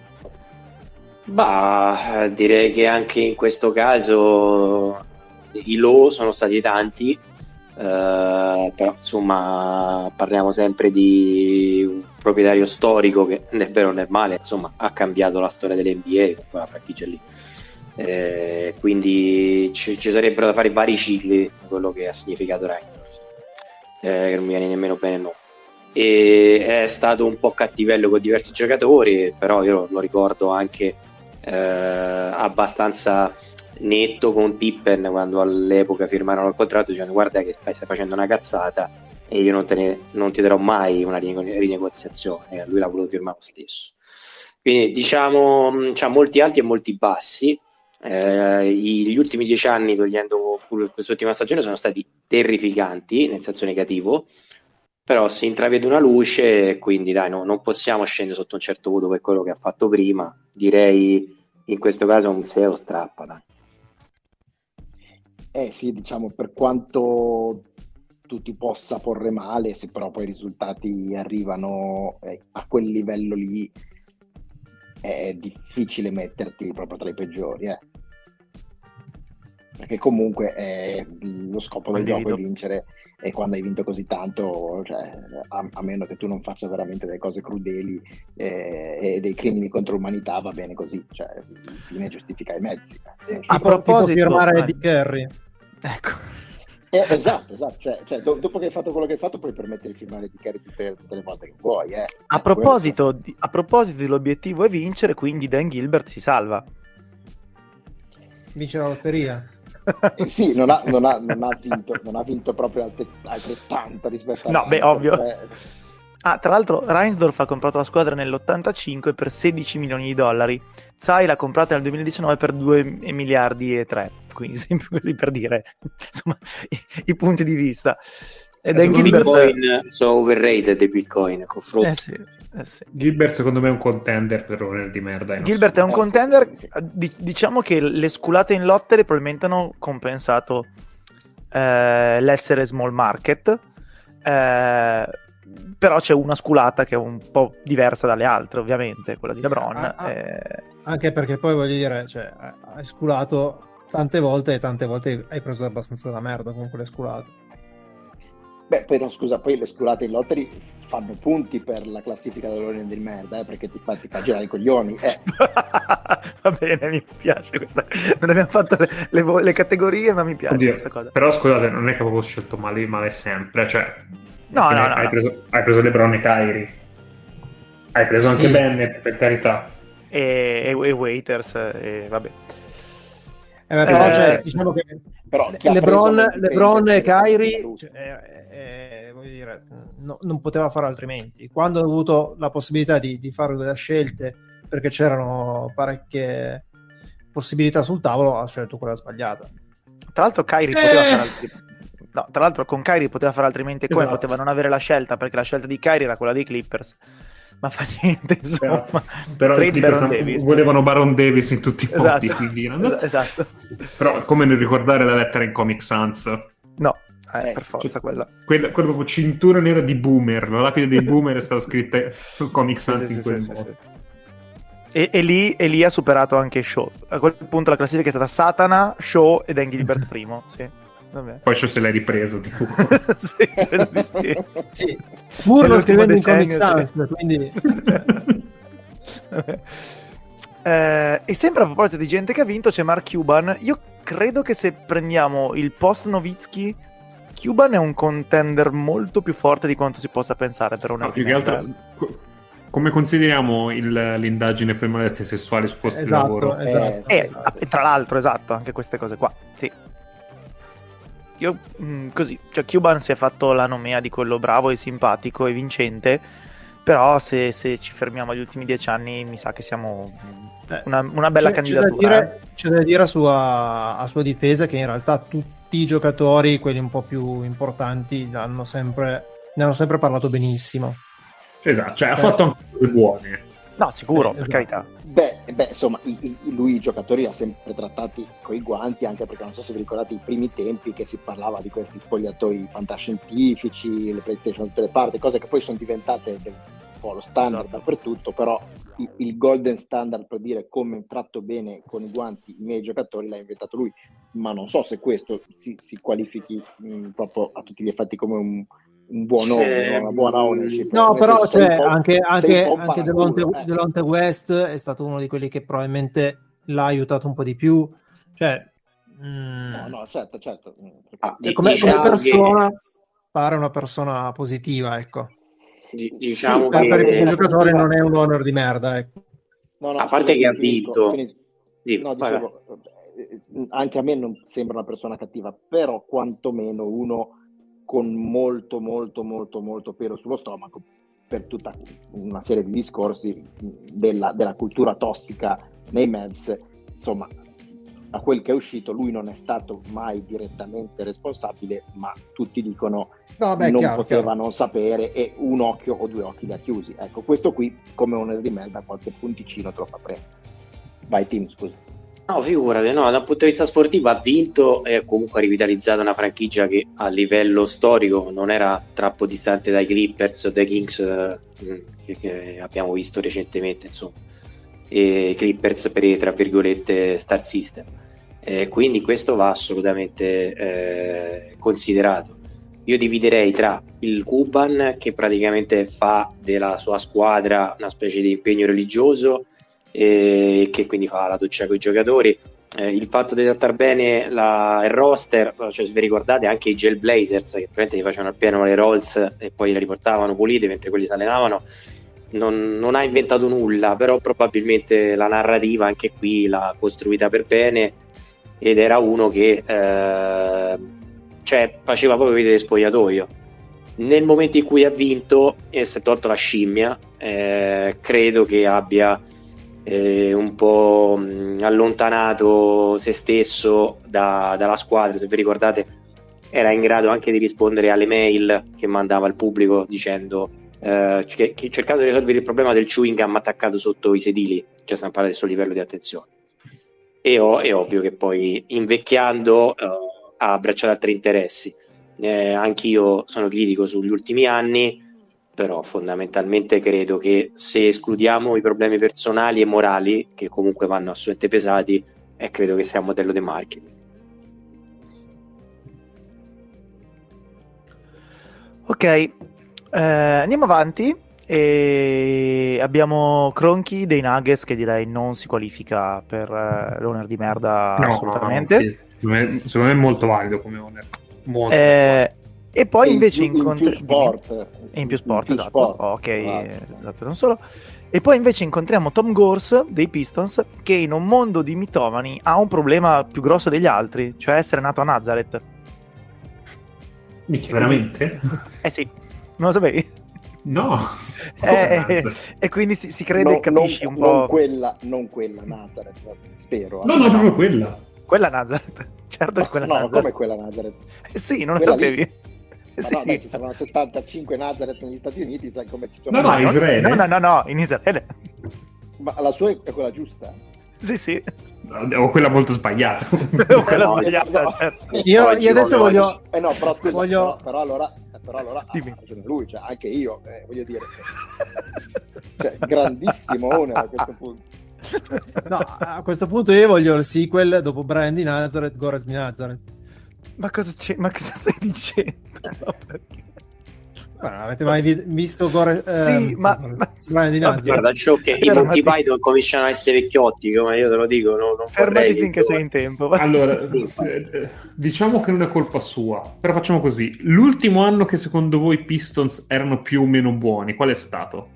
Bah, direi che anche in questo caso i low sono stati tanti, eh, però insomma parliamo sempre di un proprietario storico che nel vero o nel male insomma ha cambiato la storia dell'N B A con quella franchigia lì, eh, quindi ci, ci sarebbero da fare vari cicli di quello che ha significato Reinsdorf, eh, che non mi viene nemmeno bene il nome. E è stato un po' cattivello con diversi giocatori, però io lo, lo ricordo anche eh, abbastanza netto con Pippen quando all'epoca firmarono il contratto dicendo guarda che fai, stai facendo una cazzata e io non, te ne, non ti darò mai una rinegoziazione, e lui l'ha voluto firmare lo stesso. Quindi diciamo c'ha molti alti e molti bassi. Eh, gli ultimi dieci anni, togliendo quest'ultima stagione, sono stati terrificanti nel senso negativo, però si intravede una luce e quindi dai, no, non possiamo scendere sotto un certo voto per quello che ha fatto prima. Direi in questo caso un sei o strappa, dai. Eh sì, diciamo, per quanto tu ti possa porre male, se però poi i risultati arrivano eh, a quel livello lì, è difficile metterti proprio tra i peggiori, eh. Perché comunque eh, lo scopo del Condivido. gioco è vincere, e quando hai vinto così tanto, cioè, a, a meno che tu non faccia veramente delle cose crudeli eh, e dei crimini contro l'umanità, va bene così, cioè il fine giustifica i mezzi. A Tipo- tipo proposito- firmare eh. Eddie Curry. Ecco. Eh, esatto, esatto. Cioè, cioè, do- dopo che hai fatto quello che hai fatto, puoi permettere di firmare di Curry tutte, tutte le volte che vuoi. Eh. A proposito, di, a proposito dell'obiettivo è vincere, quindi Dan Gilbert si salva. Vince la lotteria. Eh, sì, non ha, non ha- non ha vinto, non ha vinto proprio alte- altrettanto rispetto a No, beh, Reinsdorf, ovvio. cioè, Ah, tra l'altro Reinsdorf ha comprato la squadra nell'ottantacinque per sedici milioni di dollari. Tsai l'ha comprata nel duemiladiciannove per due miliardi e tre. Quindi sempre così per dire, insomma, i, i punti di vista. E Dan secondo me Gilbert... Bitcoin sono overrated i Bitcoin, confronto. Eh sì, eh sì. Gilbert secondo me è un contender per runner di merda. in Gilbert è un Eh, contender. sì, sì, Di- diciamo che le sculate in lottery probabilmente hanno compensato eh, l'essere small market, eh, però c'è una sculata che è un po' diversa dalle altre, ovviamente, quella di LeBron. Ah, ah. eh, Anche perché poi voglio dire, cioè, hai sculato tante volte e tante volte hai preso abbastanza la merda con quelle sculate. Beh, però scusa, poi le sculate in lottery fanno punti per la classifica dell'ordine di merda, eh, perché ti fa, ti fa girare i coglioni. Eh. Va bene, mi piace questa. Non abbiamo fatto le, le vo- le categorie, ma mi piace Oddio, questa cosa. però scusate, non è che avevo scelto male, male sempre, cioè No, perché no, ne- no, hai, no. Preso, hai preso LeBron e Kyrie, hai preso anche Sì. Bennett, per carità. E, e, e Waiters, e vabbè. Eh, beh, però Eh, cioè, diciamo che Però chi ha LeBron, preso non LeBron dipende e da- Kyrie da- cioè, eh, eh, voglio dire, no- non poteva fare altrimenti. Quando ha avuto la possibilità di, di fare delle scelte, perché c'erano parecchie possibilità sul tavolo, ha scelto quella sbagliata. Tra l'altro Kyrie Eh. poteva fare altri... no, tra l'altro con Kyrie poteva fare altrimenti, come Esatto. poteva non avere la scelta, perché la scelta di Kyrie era quella dei Clippers. Ma fa niente, insomma. Però i Trade Clippers Baron Davis. volevano Baron Davis in tutti i modi, Esatto. quindi non- Es- esatto. Però come non ricordare la lettera in Comic Sans? No, eh, Eh, per sì, forza cioè, quella. Quella, quella proprio cintura nera di Boomer, la lapide dei Boomer è stata scritta su Comic Sì, Sans sì, in sì, quel sì, modo. sì. E, e lì, e lì ha superato anche Shaw. A quel punto la classifica è stata Satana, Shaw e Dan Gilbert primo. Sì. Vabbè. Poi se l'hai ripreso, tipo. Sì, credo di sì. Sì, pur non Nell'ultimo scrivendo in Comic decennio, sì. Sans, quindi Vabbè. Eh, e sempre a proposito di gente che ha vinto, c'è Mark Cuban. Io credo che se prendiamo il post Nowitzki, Cuban è un contender molto più forte di quanto si possa pensare per una No, più che altro, co- come consideriamo il- l'indagine per molestie sessuali su posto di esatto, lavoro? esatto. Eh, E sì, e tra l'altro, esatto, anche queste cose qua. Sì. Io mh, così, cioè Cuban si è fatto la nomea di quello bravo e simpatico e vincente, però se, se ci fermiamo agli ultimi dieci anni mi sa che siamo mh, Eh, una, una bella c'è, candidatura. C'è da dire, c'è da dire a, sua, a sua difesa che in realtà tutti i giocatori, quelli un po' più importanti, hanno sempre, ne hanno sempre parlato benissimo. Esatto, cioè ha Eh. fatto anche cose buone. No, sicuro, Eh, per esatto. carità. Beh, beh, insomma, i- i- lui i giocatori ha sempre trattati coi guanti, anche perché non so se vi ricordate i primi tempi che si parlava di questi spogliatoi fantascientifici, le PlayStation da tutte le parti, cose che poi sono diventate del, un po' lo standard Esatto. dappertutto, però il, il golden standard per dire come tratto bene con i guanti i miei giocatori l'ha inventato lui, ma non so se questo si, si qualifichi mh, proprio a tutti gli effetti come un, un buon owner, Cioè, una buona ownership. No, Nel però senso, sei cioè, un po'- anche, sei anche, un po' un anche paraculo, Delonte, eh. Delonte West è stato uno di quelli che probabilmente l'ha aiutato un po' di più. Cioè, mm, No, no, certo, certo. Ah, cioè, di- come, diciamo come persona che- pare una persona positiva, ecco. di- diciamo Sì, Ma per, che per i giocatori positiva- non è un honor di merda, ecco. No, no, a parte scusami, che ha finisco, vinto- finisco. Sì, No, vai, dicevo, eh, anche a me non sembra una persona cattiva, però quantomeno uno con molto, molto, molto, molto pelo sullo stomaco per tutta una serie di discorsi della, della cultura tossica nei Mavs. Insomma, a quel che è uscito, lui non è stato mai direttamente responsabile, ma tutti dicono No, beh, non chiaro, poteva chiaro. non sapere e un occhio o due occhi li ha chiusi. Ecco, questo qui come onere di merda qualche punticino te lo fa prendere. Vai Tim, scusa. No, figurati, no, dal punto di vista sportivo ha vinto e comunque ha rivitalizzato una franchigia che a livello storico non era troppo distante dai Clippers o dai Kings eh, che, che abbiamo visto recentemente, insomma, e Clippers per i tra virgolette Star System. Eh, quindi questo va assolutamente eh, considerato. Io dividerei tra il Cuban che praticamente fa della sua squadra una specie di impegno religioso e che quindi fa la doccia con i giocatori, eh, il fatto di trattare bene la, il roster, cioè se vi ricordate anche i Jailblazers che praticamente gli facevano al pieno le rolls e poi le riportavano pulite mentre quelli si allenavano, non, non ha inventato nulla, però probabilmente la narrativa anche qui l'ha costruita per bene, ed era uno che eh, cioè faceva proprio vedere spogliatoio. Nel momento in cui ha vinto e si è tolto la scimmia, eh, credo che abbia eh, un po' mh, allontanato se stesso da, dalla squadra. Se vi ricordate, era in grado anche di rispondere alle mail che mandava al pubblico dicendo eh, che, che cercando di risolvere il problema del chewing gum attaccato sotto i sedili, cioè stiamo parlando del suo livello di attenzione. E oh, è ovvio che poi invecchiando eh, ha abbracciato altri interessi. Eh, anch'io sono critico sugli ultimi anni, però fondamentalmente credo che se escludiamo i problemi personali e morali, che comunque vanno assolutamente pesati, eh, credo che sia un modello di marketing. Ok, eh, andiamo avanti e abbiamo Kroenke dei Nuggets che direi non si qualifica per eh, l'owner di merda No, assolutamente. no, sì. secondo, me, secondo me è molto valido come owner. Molto, Eh, e poi E in invece più- in incontri- più sport. E in più sport, più esatto. sport. Ok, Esatto. esatto, non solo. E poi invece incontriamo Tom Gorse dei Pistons che in un mondo di mitomani ha un problema più grosso degli altri, cioè essere nato a Nazareth. Mica, veramente? Eh sì, non lo sapevi? No. Eh, Come eh, Nazareth? e quindi si, si crede, Non, capisci non- un po'. non quella, non quella Nazareth, spero. No, eh. no, proprio quella. Quella Nazareth, certo che quella no, Nazareth. come quella Nazareth? Eh sì, non lo Quella lì? sapevi? Eh Ma sì. no, dai, ci saranno settantacinque Nazareth negli Stati Uniti, sai come ci sono. No, no, Non- Israele. No, no, no, no, in Israele. Ma la sua è quella giusta? Sì, sì. O quella molto sbagliata. Quella no, sbagliata, no. certo. Io, Oggi io adesso come voglio... oggi. Eh no, però scusa, Voglio- però, però allora, però allora ha Dimmi. ragione lui, cioè anche io, eh, voglio dire, cioè, grandissimo owner a questo punto. No, a questo punto io voglio il sequel dopo Brian di Nazareth, Gores di Nazareth. Ma cosa c'è? Ma cosa stai dicendo? No, perché? Ma non avete mai vi- visto Gore, Sì, ehm, ma- sì, ma- Brian di vabbè, Nazareth? Guarda, ciò che i Fermati. Monty Python cominciano a essere vecchiotti, come io te lo dico, no, non Fermati vorrei che finché i sei in giovani- tempo. vai. Allora, Sì, infatti. eh, diciamo che non è colpa sua, però facciamo così. L'ultimo anno che secondo voi i Pistons erano più o meno buoni, qual è stato?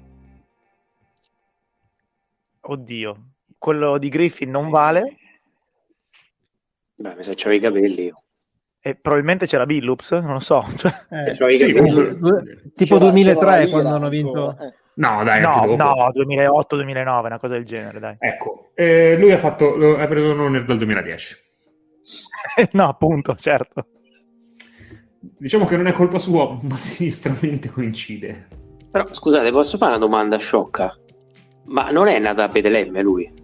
Oddio, quello di Griffin non vale Beh, mi sa c'avevo i capelli io. e probabilmente c'era Billups, non lo so. Cioè... Eh, C'avevo i Sì, capelli. comunque- due- tipo C'era- duemilatré c'era la quando lira hanno vinto. ancora, eh. No, dai, No, anche dopo. no, duemilaotto duemilanove, una cosa del genere, dai. Ecco, eh, lui ha, fatto, lo- ha preso l'owner dal duemiladieci. No, appunto, certo. Diciamo che non è colpa sua, ma sinistramente coincide. Però scusate, posso fare una domanda sciocca? Ma non è nato a Betlemme lui?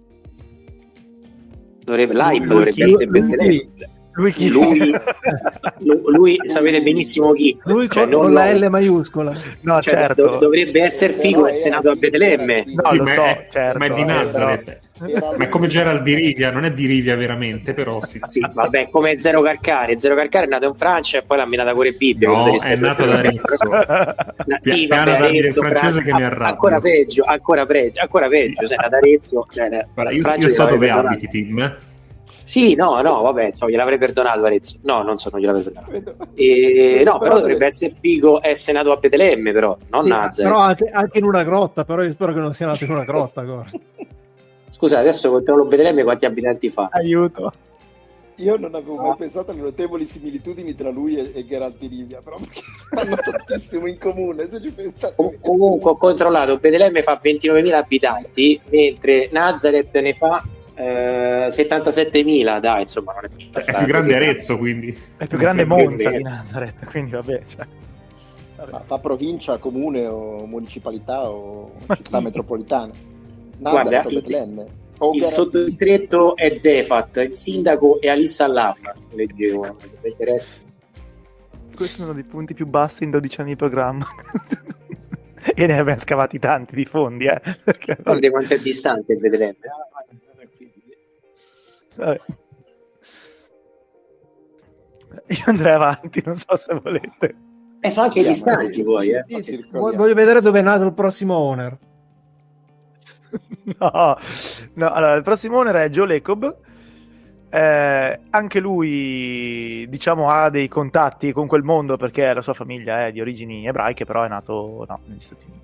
Dovrebbe, Laib Lui dovrebbe chi? essere Lui Betlemme. chi? Lui chi? Lui, lu- lui sapete benissimo chi. Lui Cioè, con, non con la noi. L maiuscola. No, Cioè, certo. dov- dovrebbe essere Però figo era essere nato a di- Betlemme. era di- No, Sì, lo ma, so, è, certo, ma è di eh, Nazareth. Era Ma è come lui- Gerald di Rivia, non è di Rivia veramente, però sì. Sì, vabbè, come Zero Carcare. Zero Carcare è nato in Francia e poi l'ha minata pure Bibbia. con No, tutto è rispetto nato a ad Zero Arezzo. Na- sì, Piano vabbè, dargli il Arezzo, francese Francia, che mi arrabbio. ancora peggio, ancora peggio, ancora peggio. Se è nato ad Arezzo, cioè, Guarda, io, Francia io so gliel'avrei dove perdonato. abiti, Tim. eh. Sì, no, no, vabbè, insomma, gliel'avrei perdonato Arezzo. No, non so, non gliel'avrei perdonato. Vedo- E, no, però deve- dovrebbe essere figo essere nato a Betlemme, però, non Sì, Nazareth. però anche, anche in una grotta, però io spero che non sia nato in una grotta. Gore. Scusa, adesso controllo Betlemme quanti abitanti fa. Aiuto. Io non avevo mai pensato alle notevoli similitudini tra lui e, e Geralt di Rivia, però perché hanno tantissimo in comune, se ci pensate. Com- comunque ho controllato, Betlemme fa ventinovemila abitanti, mentre Nazareth ne fa eh, settantasettemila, dai, insomma, non è più È più grande Arezzo, quindi. È più grande Più Monza o di meno. Nazareth, quindi vabbè. Cioè. Vabbè. Ma fa provincia, comune o municipalità o Ma città chi? metropolitana? Guarda, Nazareth o il- Betlemme? O Il Geralt- sottodistretto è Zefat, il sindaco è Alissa Allafra, leggevo, se vi interessa. Questi sono dei punti più bassi in dodici anni di programma. E ne abbiamo scavati tanti di fondi, eh. Perché, Guardate quanto è distante Betlemme. vabbè. Io andrei avanti, non so se volete. E sono anche distanti poi, eh. Sì, Sì, circoliamo. voglio vedere dove è nato il prossimo owner. No, no, allora il prossimo owner è Joe Lacob, Eh, anche lui, diciamo, ha dei contatti con quel mondo perché la sua famiglia è di origini ebraiche, però è nato no, negli Stati Uniti.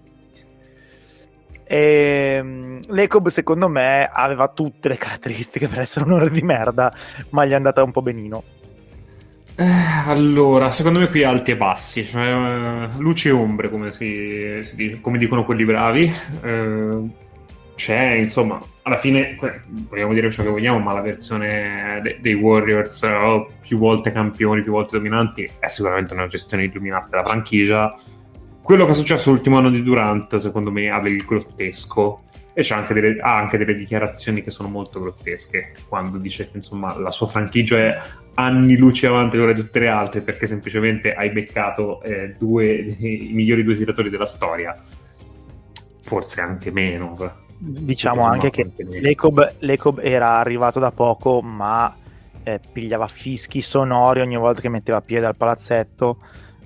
E Lecob, secondo me, aveva tutte le caratteristiche per essere un ore di merda, ma gli è andata un po' benino. Eh, allora, secondo me qui alti e bassi, cioè eh, luci e ombre, come, si, si dice, come dicono quelli bravi. Eh, c'è, insomma, alla fine que- vogliamo dire ciò che vogliamo, ma la versione de- dei Warriors, oh, più volte campioni, più volte dominanti, è sicuramente una gestione illuminata della franchigia. Quello che è successo l'ultimo anno di Durant, secondo me, ha del grottesco. E c'è anche delle, ha anche delle dichiarazioni che sono molto grottesche, quando dice che insomma la sua franchigia è anni luce avanti con tutte le altre perché semplicemente hai beccato eh, due dei, i migliori due tiratori della storia, forse anche meno. Diciamo anche che Lecob, Lecob era arrivato da poco, ma eh, pigliava fischi sonori ogni volta che metteva piede al palazzetto.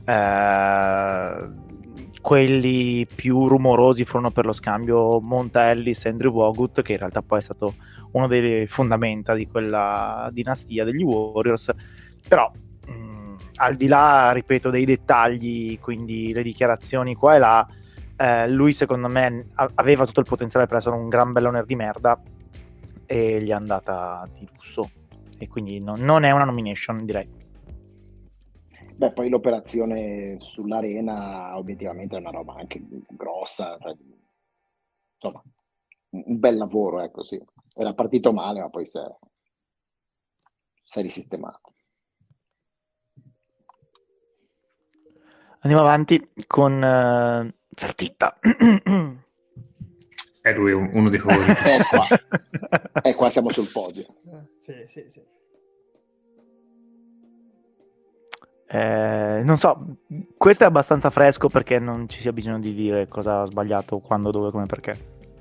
Eh, quelli più rumorosi furono per lo scambio Monta Ellis e Andrew Bogut, che in realtà poi è stato uno delle fondamenta di quella dinastia degli Warriors. Però mh, al di là, ripeto, dei dettagli, quindi le dichiarazioni qua e là, eh, lui secondo me a- aveva tutto il potenziale per essere un gran bellone di merda e gli è andata di lusso, e quindi no, non è una nomination, direi. Beh, poi l'operazione sull'arena obiettivamente è una roba anche grossa, cioè, insomma, un un bel lavoro, ecco, sì. Era partito male, ma poi si è, si è risistemato. Andiamo avanti con uh, Fertitta. È lui uno dei favoriti. E qua. E qua siamo sul podio. Eh, sì, sì, sì. Eh, non so, questo è abbastanza fresco perché non ci sia bisogno di dire cosa ha sbagliato, quando, dove, come, perché.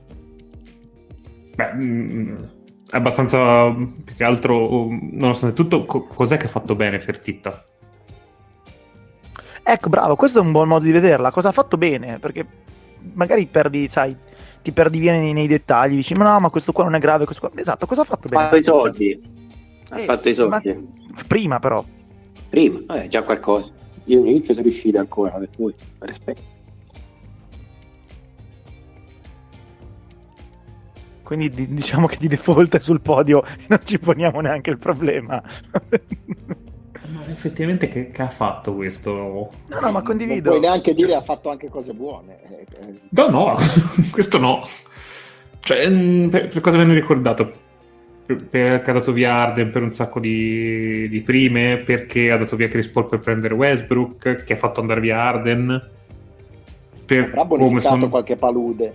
Beh, mh, è abbastanza, più che altro, nonostante tutto, co- cos'è che ha fatto bene Fertitta? Ecco, bravo, questo è un buon modo di vederla. Cosa ha fatto bene? Perché magari perdi, sai, ti perdi via nei, nei dettagli, dici, ma no, ma questo qua non è grave, questo qua... Esatto, cosa ha fatto Ha bene? fatto i soldi. Ha Eh, fatto i soldi. ma prima però. Prima, eh, già qualcosa. Io non ci sono riuscito ancora, per cui rispetto. Quindi di- diciamo che di default è sul podio e non ci poniamo neanche il problema. Ma effettivamente che, che ha fatto questo? No, no, ma Non condivido. puoi neanche dire ha fatto anche cose buone. Eh, eh, No, no, questo no. Cioè, mh, per, per cosa viene ricordato? Per- Perché ha dato via Arden per un sacco di, di prime, perché ha dato via Chris Paul per prendere Westbrook, che ha fatto andare via Arden. Per Avrà come bonificato son- qualche palude.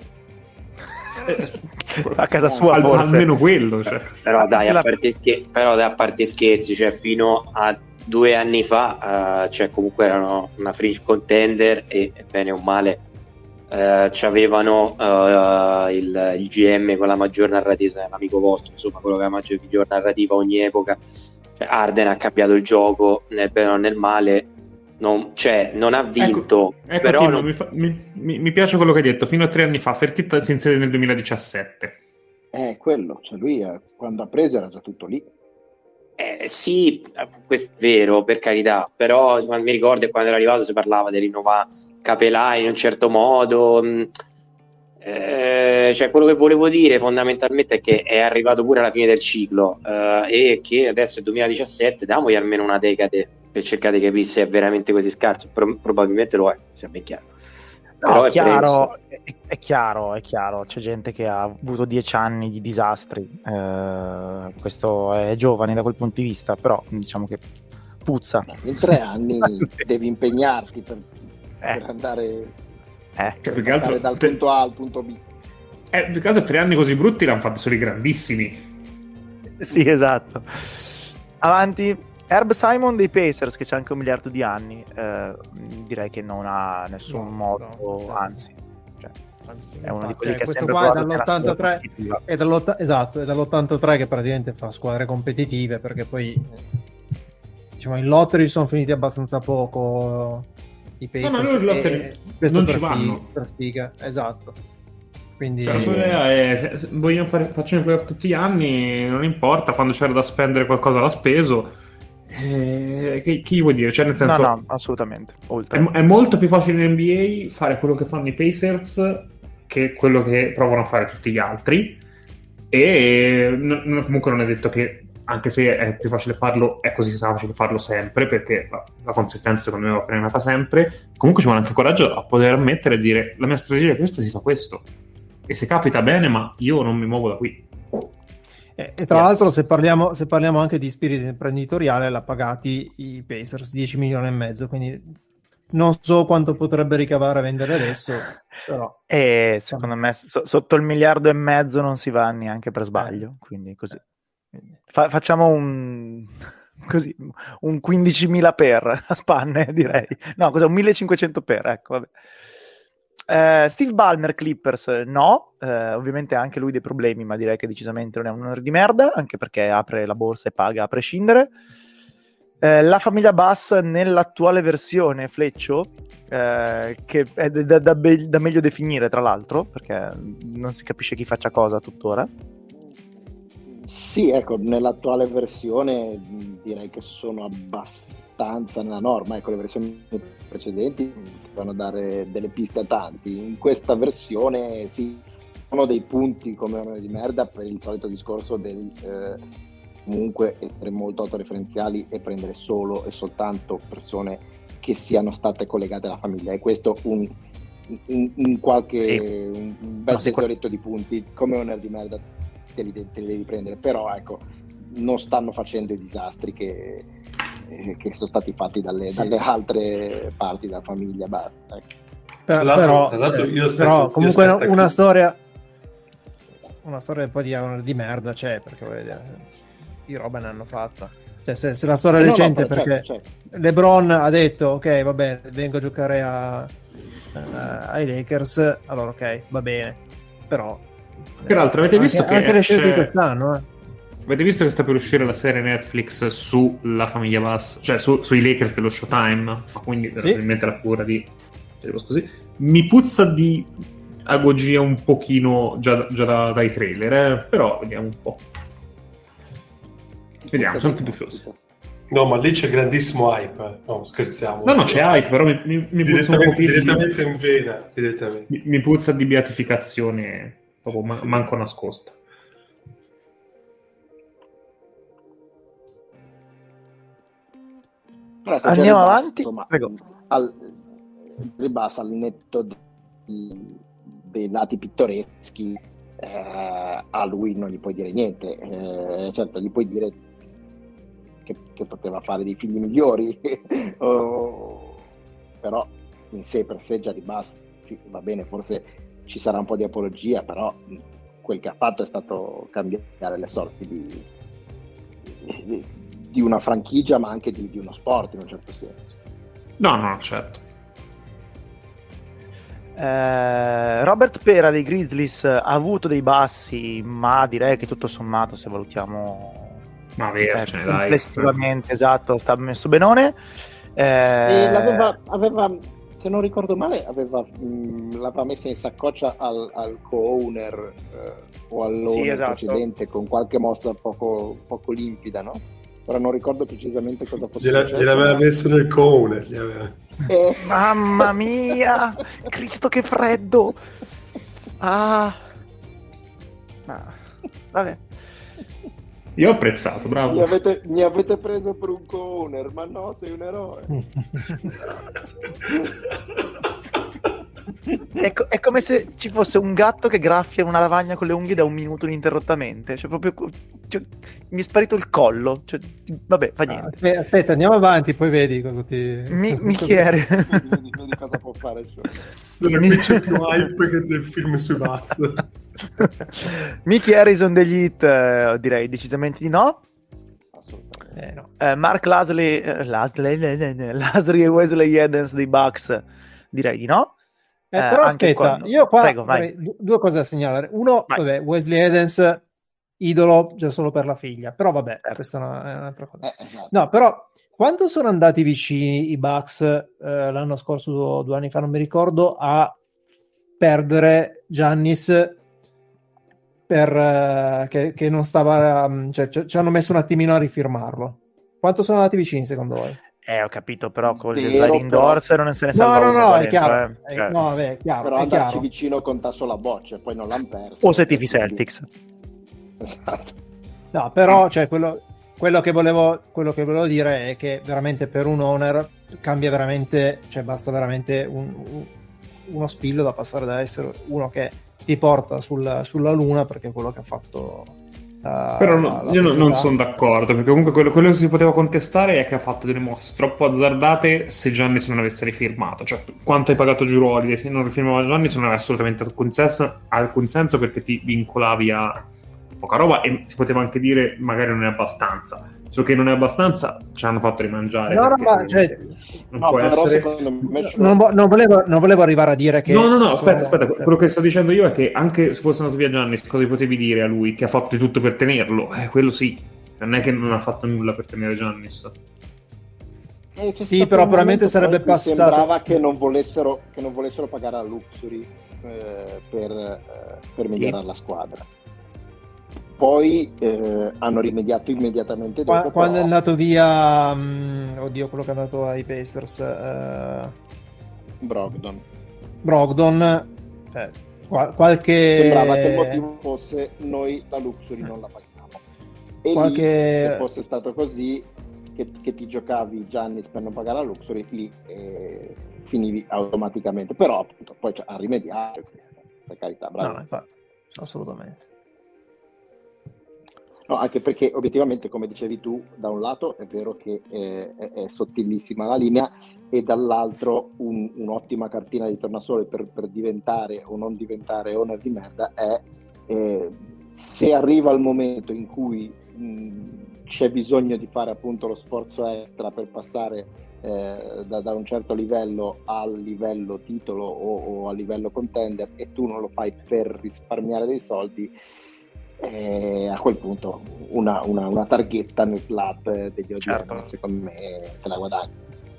A casa sua, Al- forse. almeno quello, cioè. Però dai, a La- parte, scher- però dai, a parte scherzi, cioè fino a due anni fa, eh, cioè comunque erano una fringe contender e bene o male eh, c'avevano eh, il, il G M con la maggior narrativa, l'amico vostro, insomma, quello che ha la maggior narrativa ogni epoca. Cioè, Arden ha cambiato il gioco nel bene o nel male, non, cioè, non ha vinto, Ecco, ecco però Timo, non- mi, fa- mi- mi- mi piace quello che hai detto. Fino a tre anni fa, Fertitta si insede nel duemiladiciassette. Eh, quello, cioè lui eh, quando ha preso era già tutto lì. Eh, sì, questo è vero, per carità, però quando mi ricordo quando era arrivato si parlava di rinnovare Capelà in un certo modo. mh, eh, cioè quello che volevo dire fondamentalmente è che è arrivato pure alla fine del ciclo eh, e che adesso è duemiladiciassette, damogli almeno una decade per cercare di capire se è veramente così scarso. Pro- probabilmente lo è, sia ben chiaro. No, Però è è chiaro, è, è chiaro, è chiaro, c'è gente che ha avuto dieci anni di disastri, eh, questo è giovane da quel punto di vista, però diciamo che puzza. In tre anni Sì. devi impegnarti per, Eh. per andare Eh, Cioè, più che passare altro, dal te- punto A al punto B. eh, più che altro tre anni così brutti l'hanno fatti solo i grandissimi. sì, esatto. Avanti, Herb Simon dei Pacers, che c'ha anche un miliardo di anni, eh, direi che non ha nessun No, modo, no, cioè, anzi, cioè, Anzi, è uno di infatti, quelli cioè, che ha questo sempre qua è provato a tenere la squadra dall'ottantatré competitiva. è dall'otta- esatto, è dall'ottantatré che praticamente fa squadre competitive, perché poi diciamo in lottery sono finiti abbastanza poco i No, Pacers no, in lottery e questo non per, ci fi- vanno. per sfiga, esatto. Quindi Cioè, la sua idea è: se vogliono fare, facciamo i playoff tutti gli anni, non importa, quando c'era da spendere qualcosa l'ha speso. Eh, che, che gli vuoi dire? Cioè, nel No, senso, no, assolutamente. è, Oltre. è molto più facile in N B A fare quello che fanno i Pacers che quello che provano a fare tutti gli altri. E non- comunque non è detto che, anche se è più facile farlo, è così facile farlo sempre, perché la, la consistenza secondo me va premiata sempre. Comunque ci vuole anche coraggio a poter ammettere e dire: la mia strategia è questa, si fa questo, e se capita bene, ma io non mi muovo da qui. E, e tra Yes. l'altro, se parliamo, se parliamo anche di spirito imprenditoriale, l'ha pagati i Pacers dieci milioni e mezzo, quindi non so quanto potrebbe ricavare a vendere adesso, però E secondo me so- sotto il miliardo e mezzo non si va neanche per sbaglio, quindi così. quindi- Fa- facciamo un, così, un quindicimila per a spanne, direi. No, cos'è? Un millecinquecento per, ecco, vabbè. Eh, Steve Ballmer, Clippers, no. Eh, ovviamente ha anche lui dei problemi, ma direi che decisamente non è un onore di merda, anche perché apre la borsa e paga a prescindere. Eh, la famiglia Bass nell'attuale versione, Fleccio, eh, che è da, da- be- da meglio definire, tra l'altro, perché non si capisce chi faccia cosa tuttora. Sì, ecco, nell'attuale versione mh, direi che sono abbastanza nella norma. Ecco, le versioni precedenti potevano dare delle piste a tanti. In questa versione sì, sono dei punti come onore di merda per il solito discorso del eh, comunque essere molto autoreferenziali e prendere solo e soltanto persone che siano state collegate alla famiglia. E questo un, un, un qualche Sì. un, un bel No, sicur- tesoretto di punti come onore di merda te li, te li devi prendere, però ecco, non stanno facendo i disastri che, eh, che sono stati fatti dalle, Sì. dalle altre parti della famiglia. Basta, ecco. per- Tra l'altro- però, tra l'altro cioè, io aspetto- però io comunque aspetto una che- storia una storia un po' di, di merda c'è, perché voglio dire, di roba ne hanno fatta. Cioè, se, se la storia Eh, no, no, recente, però, perché certo, certo. LeBron ha detto ok, va bene, vengo a giocare a, a- ai Lakers, allora ok, va bene, però Peraltro, avete anche- visto che anche le scelte di esce- quest'anno, eh. Avete visto che sta per uscire la serie Netflix sulla famiglia Bass, cioè su- sui Lakers dello Showtime, ma quindi Sì. probabilmente la figura di così. Mi puzza di agogia un pochino già, già da- dai trailer, eh? Però vediamo un po'. Vediamo, sono fiducioso. No, ma lì c'è grandissimo hype. eh. No, scherziamo. No, no, c'è hype, però mi, mi, mi puzza un Direttamente, pochino direttamente di, in vena. Direttamente. mi, mi puzza di beatificazione proprio Sì, ma- sì. manco nascosta. Però ecco, Andiamo Jerry Buss, avanti? insomma, Prego. al, Jerry Buss, al netto di- dei lati pittoreschi, eh, a lui non gli puoi dire niente. Eh, certo, gli puoi dire che, che poteva fare dei figli migliori, o- però in sé per sé Jerry Buss, sì, va bene, forse ci sarà un po' di apologia, però mh, quel che ha fatto è stato cambiare le sorti di, di, di una franchigia, ma anche di, di uno sport in un certo senso. No, no, certo. Eh, Robert Pera dei Grizzlies ha avuto dei bassi, ma direi che tutto sommato, se valutiamo Ma eh, avercene, dai. complessivamente, esatto, sta messo benone. Eh, E l'aveva, aveva, se non ricordo male, aveva, mh, l'aveva messa in saccoccia al, al co-owner eh, o all'owner Sì, esatto. precedente con qualche mossa poco, poco limpida, no? Ora non ricordo precisamente cosa fosse Gliela- successo. gliel'aveva ma- messo nel cone. gli aveva- Eh. Mamma mia, Cristo che freddo! Ah, ma vabbè. Io ho apprezzato, bravo. Mi avete, mi avete preso per un co-owner, ma no, sei un eroe. È, co- è come se ci fosse un gatto che graffia una lavagna con le unghie da un minuto ininterrottamente. Cioè, proprio. Cioè, mi è sparito il collo. Cioè, vabbè, fa Ah, niente. aspetta, aspetta, andiamo avanti, poi vedi cosa ti... Mi, cosa- Michiere. Vedi, vedi, vedi cosa può fare il show. Allora, qui c'è più hype che del film sui Bass. Mickey Harrison degli Heat, eh, direi decisamente di no. Assolutamente. Eh, no. Eh, Mark Lasley, eh, Lasley, ne- ne- ne- Lasley e Wesley Edens dei Bucks, direi di no. Eh, Eh, però anche aspetta, qua- io qua Prego, vai. avrei du- due cose da segnalare. Uno, Vai. vabbè, Wesley Edens, idolo già solo per la figlia, però vabbè, Certo. questa è, una- è un'altra cosa. Eh, esatto. No, però quando sono andati vicini i Bucks eh, l'anno scorso, due anni fa, non mi ricordo, a perdere Giannis per uh, che, che non stava um, cioè ci, ci hanno messo un attimino a rifirmarlo. Quanto sono andati vicini secondo voi? Eh, ho capito, però con il Vero, sliding doors però... non se ne No, salva no, uno no, qua è dentro, chiaro. eh. Eh, no, vabbè, è chiaro, però è andarci chiaro. vicino conta solo a bocce, poi non l'hanno perso. O se tifi quindi... Celtics. Esatto. No, però cioè, quello, quello, che volevo, quello che volevo dire è che veramente per un owner cambia veramente, cioè basta veramente un, un, uno spillo da passare da essere uno che ti porta sul, sulla luna, perché è quello che ha fatto uh, però la, no, la io non, non proprietà. sono d'accordo, perché comunque quello, quello che si poteva contestare è che ha fatto delle mosse troppo azzardate se Giannis non avesse rifirmato, cioè quanto hai pagato Giuroli se non rifirmava Giannis non aveva assolutamente alcun senso, alcun senso perché ti vincolavi a poca roba, e si poteva anche dire magari non è abbastanza, so che non è abbastanza ci hanno fatto rimangiare, No, no, perché ma cioè, non no, può però essere. secondo me non, vo- non, volevo, non volevo arrivare a dire che No, no, no, sono... aspetta, aspetta, quello che sto dicendo io è che anche se fosse andato via Giannis, cosa potevi dire a lui? Che ha fatto di tutto per tenerlo? Eh, quello sì, non è che non ha fatto nulla per tenere Giannis. Eh, c'è Sì, stato però un probabilmente momento sarebbe poi in cui passato- sembrava che non volessero, che non volessero pagare a Luxury eh, per, eh, per migliorare la squadra. Poi eh, hanno rimediato immediatamente dopo. Qua- quando però... è andato via mh, oddio, quello che è andato ai Pacers, eh, Brogdon. Brogdon, cioè, qual- qualche Sembrava che il motivo fosse noi la Luxury non la paghiamo. E Qualche- lì, se fosse stato così, che, che ti giocavi Giannis per non pagare la Luxury, lì eh, finivi automaticamente. Però appunto poi cioè, a rimediare, per carità, bravo. no, infatti, assolutamente. No, anche perché obiettivamente, come dicevi tu, da un lato è vero che eh, è, è sottilissima la linea, e dall'altro un, un'ottima cartina di tornasole per, per diventare o non diventare owner di merda è eh, se arriva il momento in cui mh, c'è bisogno di fare appunto lo sforzo extra per passare eh, da, da un certo livello al livello titolo o, o al livello contender, e tu non lo fai per risparmiare dei soldi, eh, a quel punto una, una, una targhetta nel club degli O G M, Certo. secondo me te la guadagni.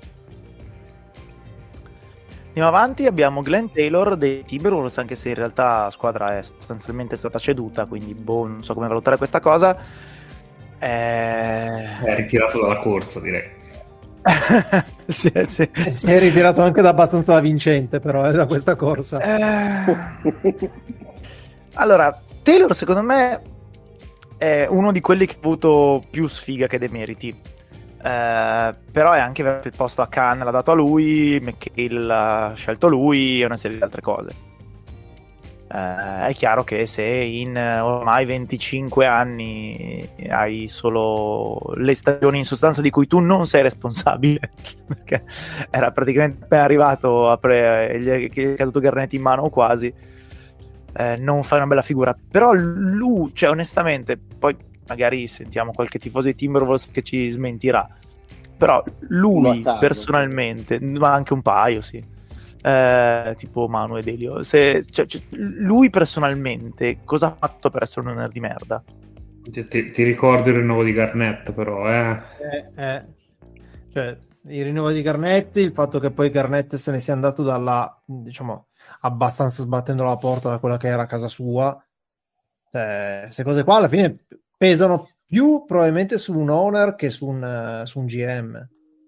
Andiamo avanti, abbiamo Glenn Taylor dei Timberwolves, anche se in realtà la squadra è sostanzialmente stata ceduta, quindi boh, non so come valutare questa cosa. Eh... È ritirato dalla corsa, direi. sì, sì. Si è ritirato anche da abbastanza vincente, però, eh, da questa corsa. Eh... Allora, Taylor secondo me è uno di quelli che ha avuto più sfiga che demeriti. Eh, però è anche vero che il posto a Khan l'ha dato a lui, McHale l'ha scelto lui e una serie di altre cose. Eh, è chiaro che se in ormai venticinque anni hai solo le stagioni in sostanza di cui tu non sei responsabile, perché era praticamente appena arrivato, a pre- gli è caduto Garnett in mano quasi, eh, non fai una bella figura. Però lui, cioè onestamente, poi magari sentiamo qualche tifoso di Timberwolves che ci smentirà, però Uno a lui caso. personalmente, ma anche un paio, sì, eh, tipo Manu e Delio, se, cioè, cioè, lui personalmente cosa ha fatto per essere un nerd di merda? Ti, ti- ti ricordo il rinnovo di Garnett, però, eh. Eh, eh. Cioè, il rinnovo di Garnett, il fatto che poi Garnett se ne sia andato dalla, diciamo, abbastanza sbattendo la porta da quella che era casa sua. Cioè, queste cose qua alla fine pesano più probabilmente su un owner che su un, su un G M.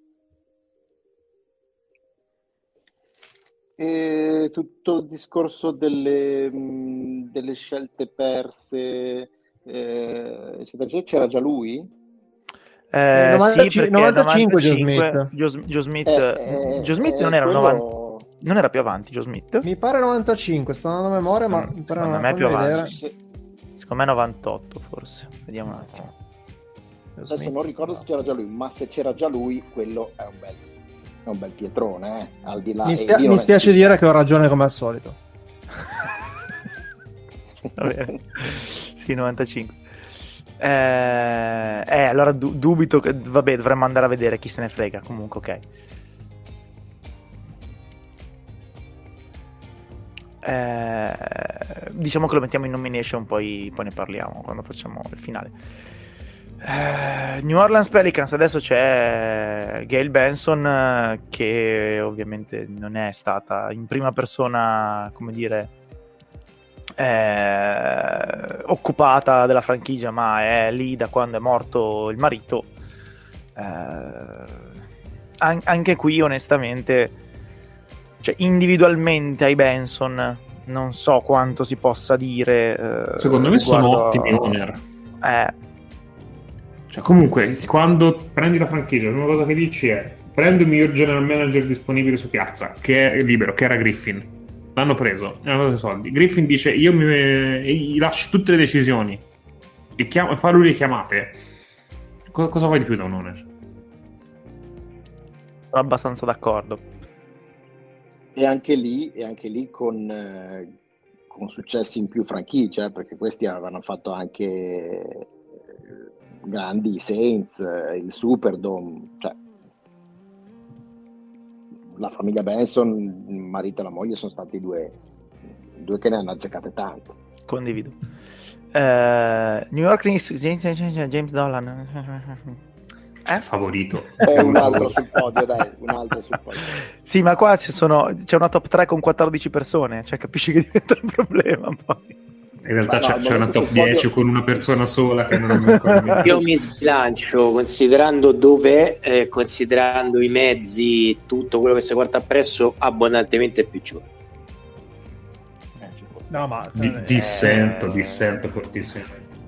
E tutto il discorso delle, mh, delle scelte perse, eh, eccetera, eccetera, c'era già lui? Eh, novantacinque, sì, perché novantacinque Joe novantacinque Smith. Joe, Joe Smith, Eh, eh, Joe Smith eh, non era quello... novanta, non era più avanti Joe Smith? Mi pare novantacinque, sto andando a memoria, ma Mm, mi pare secondo me è fammi più vedere. avanti. Sì. Secondo me novantotto forse, vediamo un attimo. Joe Adesso Smith, non ricordo se c'era già lui, ma se c'era già lui, quello è un bel, è un bel pietrone, eh? Al di là, Mi, e spia- lì mi non è spiace schifo. dire che ho ragione come al solito. Va bene. Sì, novantacinque. Eh, eh allora du- dubito che, vabbè, dovremmo andare a vedere, chi se ne frega, comunque, ok. Eh, diciamo che lo mettiamo in nomination, poi, poi ne parliamo quando facciamo il finale. Eh, New Orleans Pelicans, adesso c'è Gail Benson, eh, che ovviamente non è stata in prima persona, come dire, è occupata della franchigia, ma è lì da quando è morto il marito. Eh, an- anche qui onestamente, cioè individualmente ai Benson non so quanto si possa dire. Eh, Secondo me sono riguardo- ottimi owner. Eh, Cioè, comunque, quando prendi la franchigia, la prima cosa che dici è: prendo il miglior general manager disponibile su piazza, che è libero, che era Griffin. L'hanno preso, e hanno dato i soldi. Griffin dice: io mi gli lascio tutte le decisioni e, chiam- e fa lui le chiamate. Co- cosa vuoi di più da un owner? sono abbastanza d'accordo. E anche lì, e anche lì con, eh, con successi in più franchigie, eh, perché questi avevano fatto anche eh, grandi Saints, eh, il Superdome, cioè la famiglia Benson, il marito e la moglie, sono stati due, due che ne hanno azzeccate tante. Condivido. Eh, New York Knicks, James, James Dolan. Eh? Favorito. È un altro sul podio, dai, un altro sul podio. Sì, ma qua ci sono, c'è una top tre con quattordici persone, cioè capisci che diventa un problema poi. In realtà Ma no, c'è, al c'è una momento top sul podio- dieci con una persona sola che non è ancora. Io mi sbilancio considerando dove, eh, considerando i mezzi, tutto quello che si porta appresso, abbondantemente più giù. Eh, ci può stare. No, ma Di- eh, dissento, dissento fortissimo.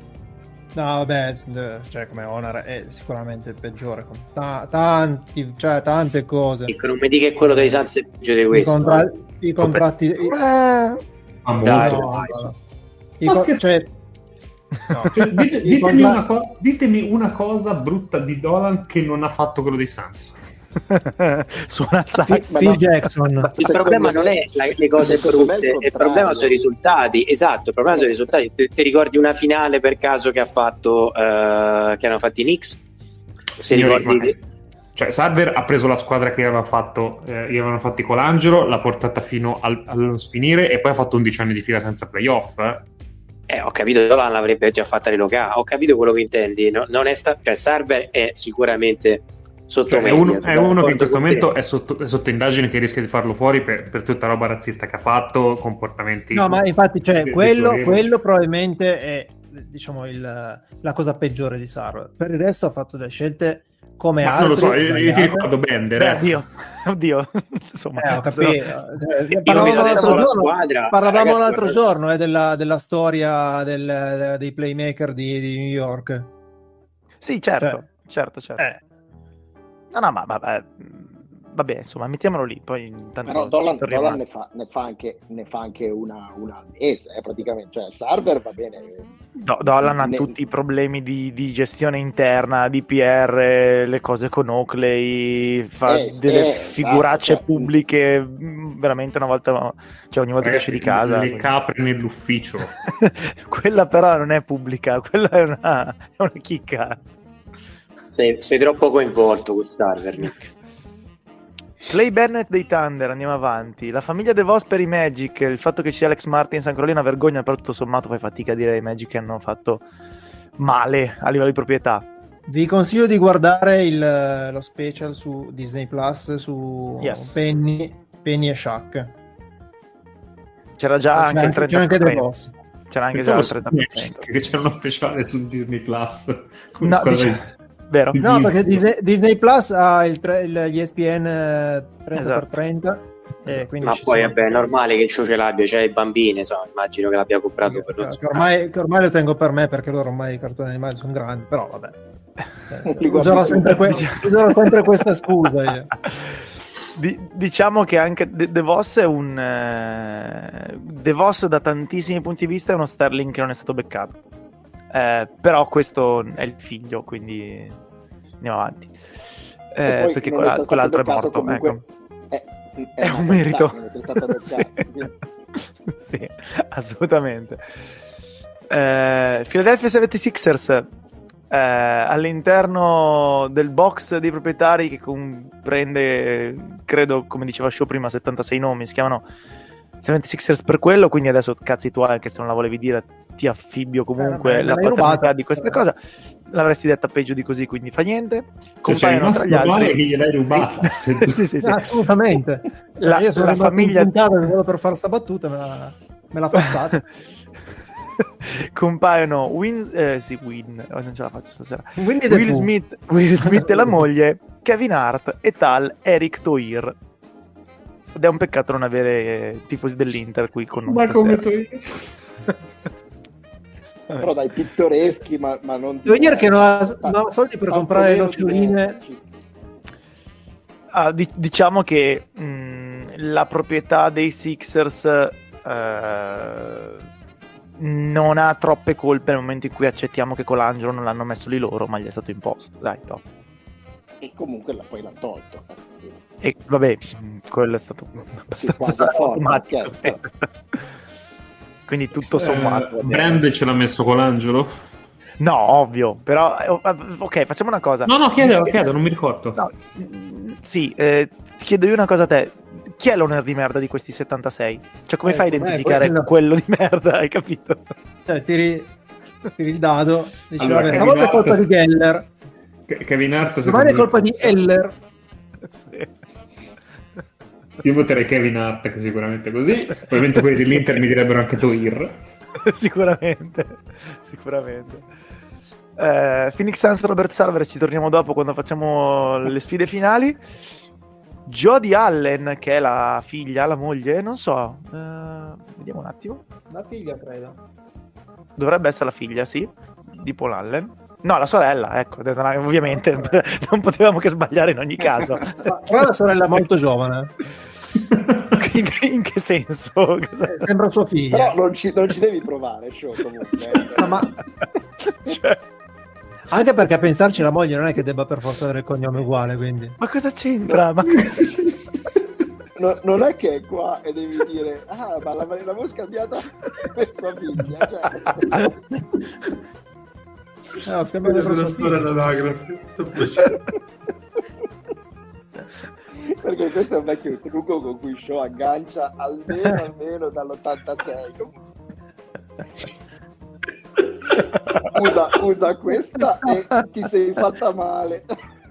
no, vabbè, eh, cioè come Honor è sicuramente il peggiore con ta- tanti, cioè tante cose. E non mi dica che quello dei Suns è peggio di I, questo. contra- i contratti i- Eh, Ma molto. Dai, no, dai, no, no. I Ma co- scherzo. cioè, no. Cioè, dite- I ditemi, contra- una co- ditemi una cosa brutta di Dolan che non ha fatto quello dei Suns. suona il Phil- sax. ma Phil no. Jackson. Ma Il secondo problema me- non è la- le cose secondo me è il brutte, il contrario. problema sono i risultati. Esatto, il problema sono i risultati. Ti, ti ricordi una finale per caso che ha fatto eh, che hanno fatto i Knicks? Se Signori, ricordi, ma- Cioè, Sarver ha preso la squadra che aveva fatto, eh, gli avevano fatti Colangelo, l'ha portata fino al, allo sfinire e poi ha fatto undici anni di fila senza playoff. Eh. eh, ho capito, Dolan l'avrebbe già fatta rilocare. Ho capito quello che intendi. No, non è sta- cioè, Sarver è sicuramente sotto Cioè, è media, uno, sono è uno che in d'accordo questo con te. momento è sotto, è sotto indagine, che rischia di farlo fuori per, per tutta roba razzista che ha fatto, comportamenti. No, ma infatti, cioè, de- quello, deplorevoli. quello probabilmente è, diciamo, il, la cosa peggiore di Sarver. Per il resto ha fatto delle scelte come Ma altri. non lo so, io, io ti sbagliate. ricordo Bender. Beh, eh. oddio, oddio. Insomma, Eh, ho capito. sono- Eh, Io parlavamo mi l'altro adesso la giorno, squadra, parlavamo ragazzi, l'altro guardate- giorno eh, della, della storia del- dei playmaker di, di New York. Sì, certo, Cioè, certo, certo. Eh, No, no, ma vabbè, vabbè, insomma, mettiamolo lì, poi intanto Però ci Dolan, torniamo. Dolan ne, fa, ne fa anche, ne fa anche una, una al mese, eh, praticamente. Cioè, Sarver va bene. Do- Dolan ha Ne- tutti i problemi di, di gestione interna, D P R, le cose con Oakley, fa Eh, delle eh, esatto, figuracce cioè, pubbliche mh, veramente una volta, cioè ogni volta Ragazzi, che esce di casa. le capre nell'ufficio. Quella però non è pubblica, quella è una, è una chicca. Sei, sei troppo coinvolto con Sarver, Nick. Clay Bennett dei Thunder, andiamo avanti. La famiglia De Vos per i Magic, il fatto che ci sia Alex Martins ancora lì è una vergogna, però tutto sommato fai fatica a dire ai Magic che hanno fatto male a livello di proprietà. vi consiglio di guardare il- lo special su Disney Plus su Yes. Penny, Penny e Shaq. C'era già C'è anche il anche, c'è trenta anche per The cento. Boss. C'era anche già Pensavo il su trenta per Magic, cento. che c'era uno speciale su Disney Plus. Come No, squadra dice- vero. di- No, perché Disney, Disney Plus ha il, tre- il- gli E S P N eh, trenta Esatto. per trenta. E quindi Ma ci poi sono- vabbè, è normale che ciò ce l'abbia, cioè i bambini, so, immagino che l'abbia comprato per lo che ormai, che ormai lo tengo per me perché loro ormai i cartoni animati sono grandi, però vabbè. Eh, Li guardi userò, tu. sempre que- userò sempre questa scusa io. Di- diciamo che anche De, De Vos è un eh, De Vos da tantissimi punti di vista è uno Sterling che non è stato beccato. Eh, però questo è il figlio, quindi andiamo avanti. E Eh, poi perché non quella- essere stato quell'altro è beccato morto. comunque Ecco. è, È una un qualità merito. non essere stato beccato. Sì. Quindi- Sì, assolutamente. Eh, Philadelphia settantasei ers eh, all'interno del box dei proprietari che comprende, credo, come diceva Show prima, settantasei nomi, si chiamano settantasei ers per quello, quindi adesso cazzi tu, anche se non la volevi dire, ti affibbio comunque Eh, vabbè, me la l'hai paternità rubata. di questa cosa. L'avresti detta peggio di così, quindi fa niente. Cioè, c'è Compaiono rimasto tra gli altri. male che gliel'hai rubata. Sì, sì, sì. Assolutamente. La- io sono la rimasto famiglia- impuntato solo per fare sta battuta, ma Me l'ha fatta. Compaiono Win, eh, sì, Win, oh, non ce la faccio stasera. Winnie the Will Pooh. Smith, Will Smith e la moglie, Kevin Hart e tal Eric Toir. Ed è un peccato non avere eh, tifosi dell'Inter qui con noi Ma come stasera. tu... Però dai, pittoreschi, ma, ma non... Devo dire che non ha, Ta- non ha soldi per tanto comprare le meno di noccioline. Vertici. Ah, di- diciamo che mh, la proprietà dei Sixers eh, non ha troppe colpe nel momento in cui accettiamo che Colangelo non l'hanno messo lì loro, ma gli è stato imposto. Dai, top. E comunque la, poi l'ha tolto. E vabbè, mh, quello è stato Sì, abbastanza quasi forte, automatico, ok, sì. Quindi tutto sommato. Eh, Brand ce l'ha messo Colangelo? No, ovvio, però eh, ok, facciamo una cosa. No, no, chiedo, chiedo, non mi ricordo. No, mm, sì, eh, ti chiedo io una cosa a te. Chi è l'owner di merda di questi settantasei? Cioè, come Eh, fai a com'è identificare quello? quello di merda, hai capito? Cioè, tiri, tiri il dado, dici, Allora, vabbè, Kevin stavolta è Hart- colpa di Geller, Ke- Kevin Hart domani è secondo colpa me- di Heller. Sì. Io voterei Kevin Hart, che sicuramente così. Probabilmente quelli dell'Inter mi direbbero anche Toir. Sicuramente, sicuramente. Eh, Phoenix Suns, Robert Sarver, ci torniamo dopo quando facciamo le sfide finali. Jodie Allen, che è la figlia, la moglie, non so, eh, vediamo un attimo. La figlia, credo. Dovrebbe essere la figlia, sì, di Paul Allen. No, la sorella, ecco, ovviamente non potevamo che sbagliare in ogni caso. Però la sorella è molto giovane. In, in che senso? Cosa- Eh, Sembra sua figlia. Però non ci, non ci devi provare, show, comunque. eh. No, ma Cioè, anche perché a pensarci la moglie non è che debba per forza avere il cognome uguale, quindi. ma cosa c'entra? Ma... No- non è che è qua e devi dire ah ma la- l'avevo scambiata per sua figlia, cioè. Eh, ho scambiato Vedete per una sua storia figlia. all'anagrafe. Sto piacendo. Perché questo è un vecchio trucco con cui Show aggancia almeno almeno dall'ottantasei. usa, usa questa e ti sei fatta male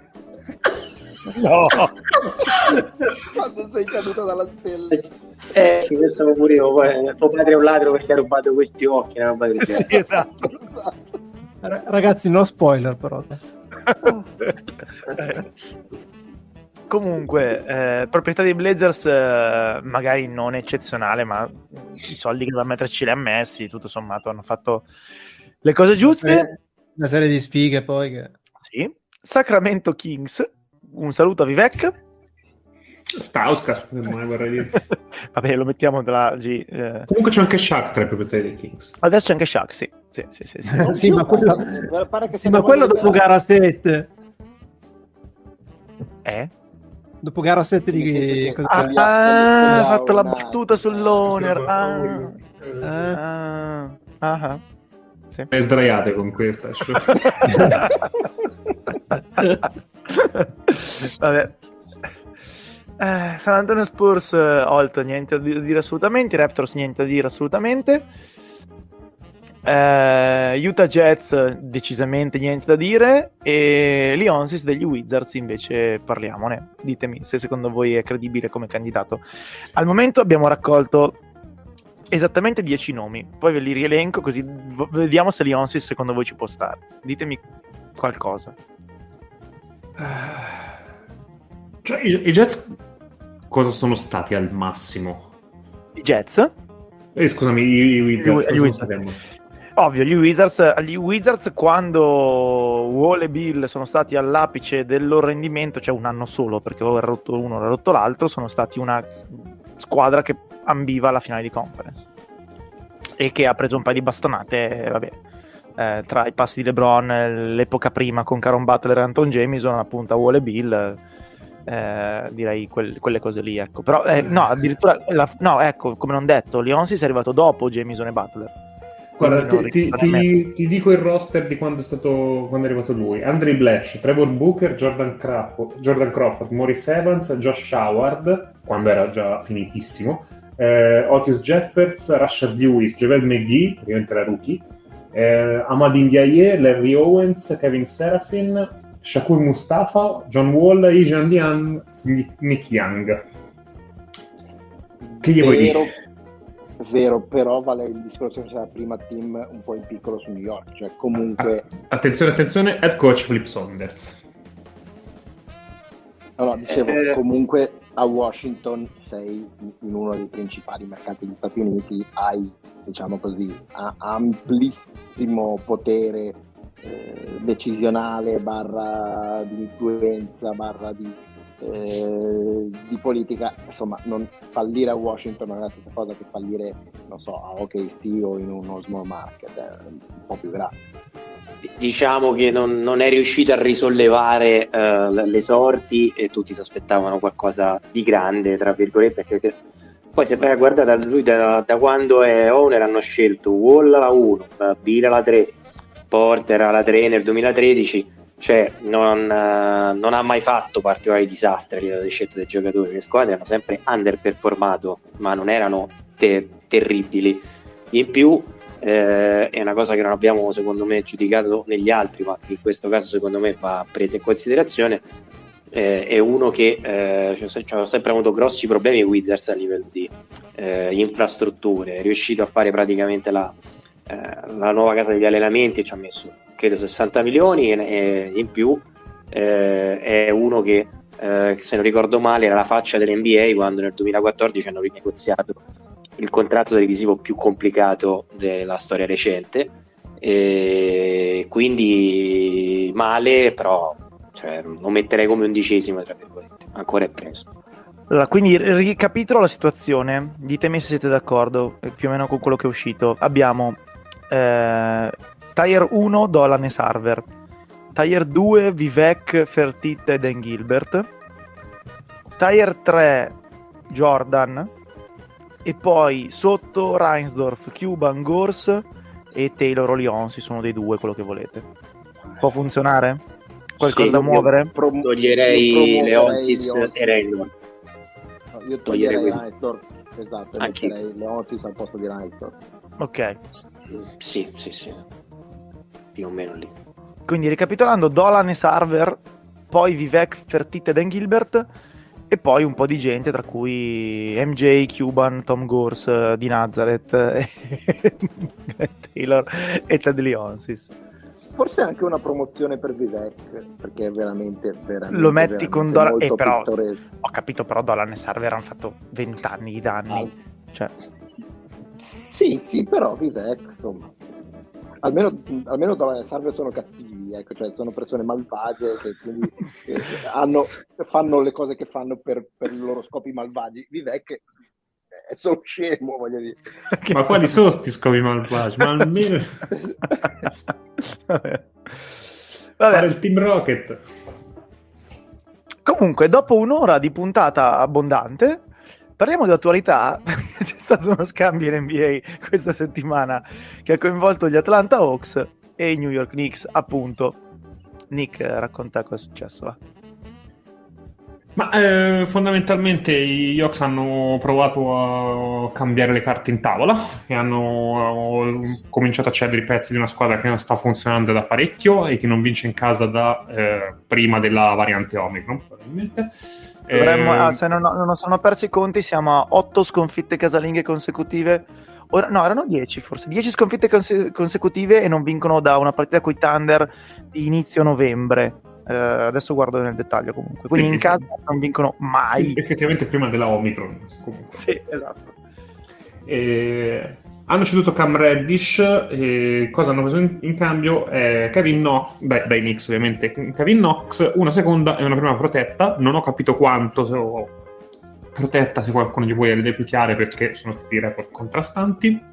No, quando sei caduta dalla stella. Eh, sì, questo lo pure io. Poi, tuo padre è un ladro perché ha rubato questi occhi. Una roba del sì, genere. esatto. Esatto. Ra- Ragazzi, no spoiler però. Eh, Comunque, eh, proprietà dei Blazers, eh, magari non eccezionale, ma i soldi che dovevano metterci li ha messi, tutto sommato hanno fatto le cose giuste. Una serie di sfighe poi che... Sì. Sacramento Kings, un saluto a Vivek. Stauskas, ormai vorrei dire. Vabbè, lo mettiamo dalla G. eh. Comunque c'è anche Shaq tra i proprietari dei Kings. Adesso c'è anche Shaq, sì. Sì, sì, sì, sì. Sì, ma quello, Pare che sì, ma quello dopo gara sette. Eh? Dopo gara sette Nel senso di... che- cosa- Ah, Quelli ha- ha quelli ha fatto la una- battuta sull'owner. Ah, Eh, ah, ah, ah. Sì. E sdraiate con questa. Vabbè. Eh, San Antonio Spurs, eh, Holt, niente da dire assolutamente. I Raptors, niente da dire assolutamente. Eh, Utah Jazz, decisamente niente da dire. E Leonsis degli Wizards, invece, parliamone. Ditemi se secondo voi è credibile come candidato. Al momento abbiamo raccolto esattamente dieci nomi, poi ve li rielenco così v- vediamo se Leonsis secondo voi ci può stare. Ditemi qualcosa. Cioè, i, i Jets cosa sono stati al massimo? I Jets? Eh, scusami, i, i Wizards. Gli cosa Wizards. sappiamo? Ovvio, gli Wizards, gli Wizards quando Wall e Bill sono stati all'apice del loro rendimento, cioè un anno solo perché o era rotto uno o era rotto l'altro, sono stati una squadra che ambiva alla finale di conference e che ha preso un paio di bastonate, eh, vabbè, eh, tra i passi di LeBron, l'epoca prima con Caron Butler e Anton Jamison, appunto a Wall e Bill, eh, direi quel- quelle cose lì, ecco. Però eh, no, addirittura la- no, ecco, come non detto, Leonsis è arrivato dopo Jamison e Butler. Guarda, Quindi ti, non ti- ricordo ti- ti dico il roster di quando è stato quando è arrivato lui: Andre Blatch, Trevor Booker, Jordan Crawford, Jordan Crawford, Maurice Evans, Josh Howard quando era già finitissimo, eh, Otis Jeffords, Rashad Lewis, Javel McGee, praticamente era rookie, eh, Amad Ndiaye, Larry Owens, Kevin Serafin, Shakur Mustafa, John Wall, Ijan Dian, Nick Young. Che gli vuoi Vero, dire? Vero, però vale il discorso che c'era prima team un po' in piccolo su New York, cioè comunque... Attenzione, attenzione, head coach Flip Saunders. No, no, dicevo, Eh. comunque a Washington sei in uno dei principali mercati degli Stati Uniti, hai, diciamo così, a- amplissimo potere eh, decisionale, barra di influenza, barra di, eh, di politica. Insomma, non fallire a Washington non è la stessa cosa che fallire, non so, a O K C o in uno small market, è un po' più grave. Diciamo che non, non è riuscito a risollevare eh, le sorti e tutti si aspettavano qualcosa di grande, tra virgolette, perché poi se vai a guardare lui da, da quando è owner hanno scelto Wall alla uno, Bill alla tre, Porter alla tre nel duemilatredici, cioè non, eh, non ha mai fatto particolari disastri a livello di scelte dei giocatori. Le squadre hanno sempre underperformato, ma non erano ter- terribili. In più eh, è una cosa che non abbiamo secondo me giudicato negli altri, ma che in questo caso secondo me va presa in considerazione. Eh, è uno che eh, cioè, cioè, ha sempre avuto grossi problemi Wizards a livello di eh, infrastrutture. È riuscito a fare praticamente la, eh, la nuova casa degli allenamenti, ci ha messo credo sessanta milioni e, e in più eh, è uno che eh, se non ricordo male era la faccia dell'N B A quando nel duemilaquattordici hanno rinegoziato il contratto televisivo più complicato della storia recente, e quindi male, però cioè, lo metterei come undicesimo tra virgolette, ancora è presto. Allora, quindi ricapitolo la situazione, ditemi se siete d'accordo più o meno con quello che è uscito. Abbiamo eh, Tier uno Dolan e Sarver, Tier due Vivek, Fertitta e Dan Gilbert, Tier tre Jordan, e poi sotto Reinsdorf, Cuban, Gors e Taylor o Leonsi, sono dei due, quello che volete. Può funzionare? Qualcosa Sì, da io muovere? Prom- toglierei io promuoverei Leonsis Leonsis. e Reynolds. No, io Toglierei toglierei quelli. Reinsdorf, esatto, e Anch'io. metterei Leonsis al posto di Reinsdorf. Ok. Sì, sì, sì, più o meno lì. Quindi ricapitolando, Dolan e Sarver, poi Vivek, Fertitta e Dan Gilbert, e poi un po' di gente, tra cui M J, Cuban, Tom Gors, eh, di Nazareth, e Taylor e Ted Leonsis. Forse anche una promozione per Vivek, perché è veramente, veramente, Lo metti veramente con Dolan, molto e però pittoresco. ho capito, però Dolan e Sarver hanno fatto venti anni di danni, Ah. cioè Sì, sì, però Vivek, insomma, almeno, almeno Dolan e Sarver sono cattivi, ecco, cioè sono persone malvagie che quindi eh, hanno, fanno le cose che fanno per, per i loro scopi malvagi. Vivek è solo scemo, voglio dire. Ma quali sono sti scopi malvagi? Ma almeno Vabbè. fare Vabbè. il Team Rocket. Comunque, dopo un'ora di puntata abbondante, parliamo di attualità, perché c'è stato uno scambio in N B A questa settimana che ha coinvolto gli Atlanta Hawks e i New York Knicks, appunto. Nick, racconta cosa è successo, va. Ma eh, fondamentalmente gli Hawks hanno provato a cambiare le carte in tavola e hanno eh, cominciato a cedere i pezzi di una squadra che non sta funzionando da parecchio e che non vince in casa da eh, prima della variante Omicron, probabilmente. Dovremmo, Eh, ah, se non, non sono persi i conti, siamo a otto sconfitte casalinghe consecutive. Ora, no, erano dieci forse. dieci sconfitte conse- consecutive e non vincono da una partita coi Thunder di inizio novembre. Eh, adesso guardo nel dettaglio comunque. Quindi Sì, in casa non vincono mai. effettivamente prima della Omicron. Comunque. Sì, esatto. Eh, hanno ceduto Cam Reddish e cosa hanno preso in, in cambio? Eh, Kevin Knox, dai, dai Knicks ovviamente, Kevin Knox, una seconda e una prima protetta. Non ho capito quanto, se ho protetta, se qualcuno gli vuole le più chiare, perché sono tutti report contrastanti.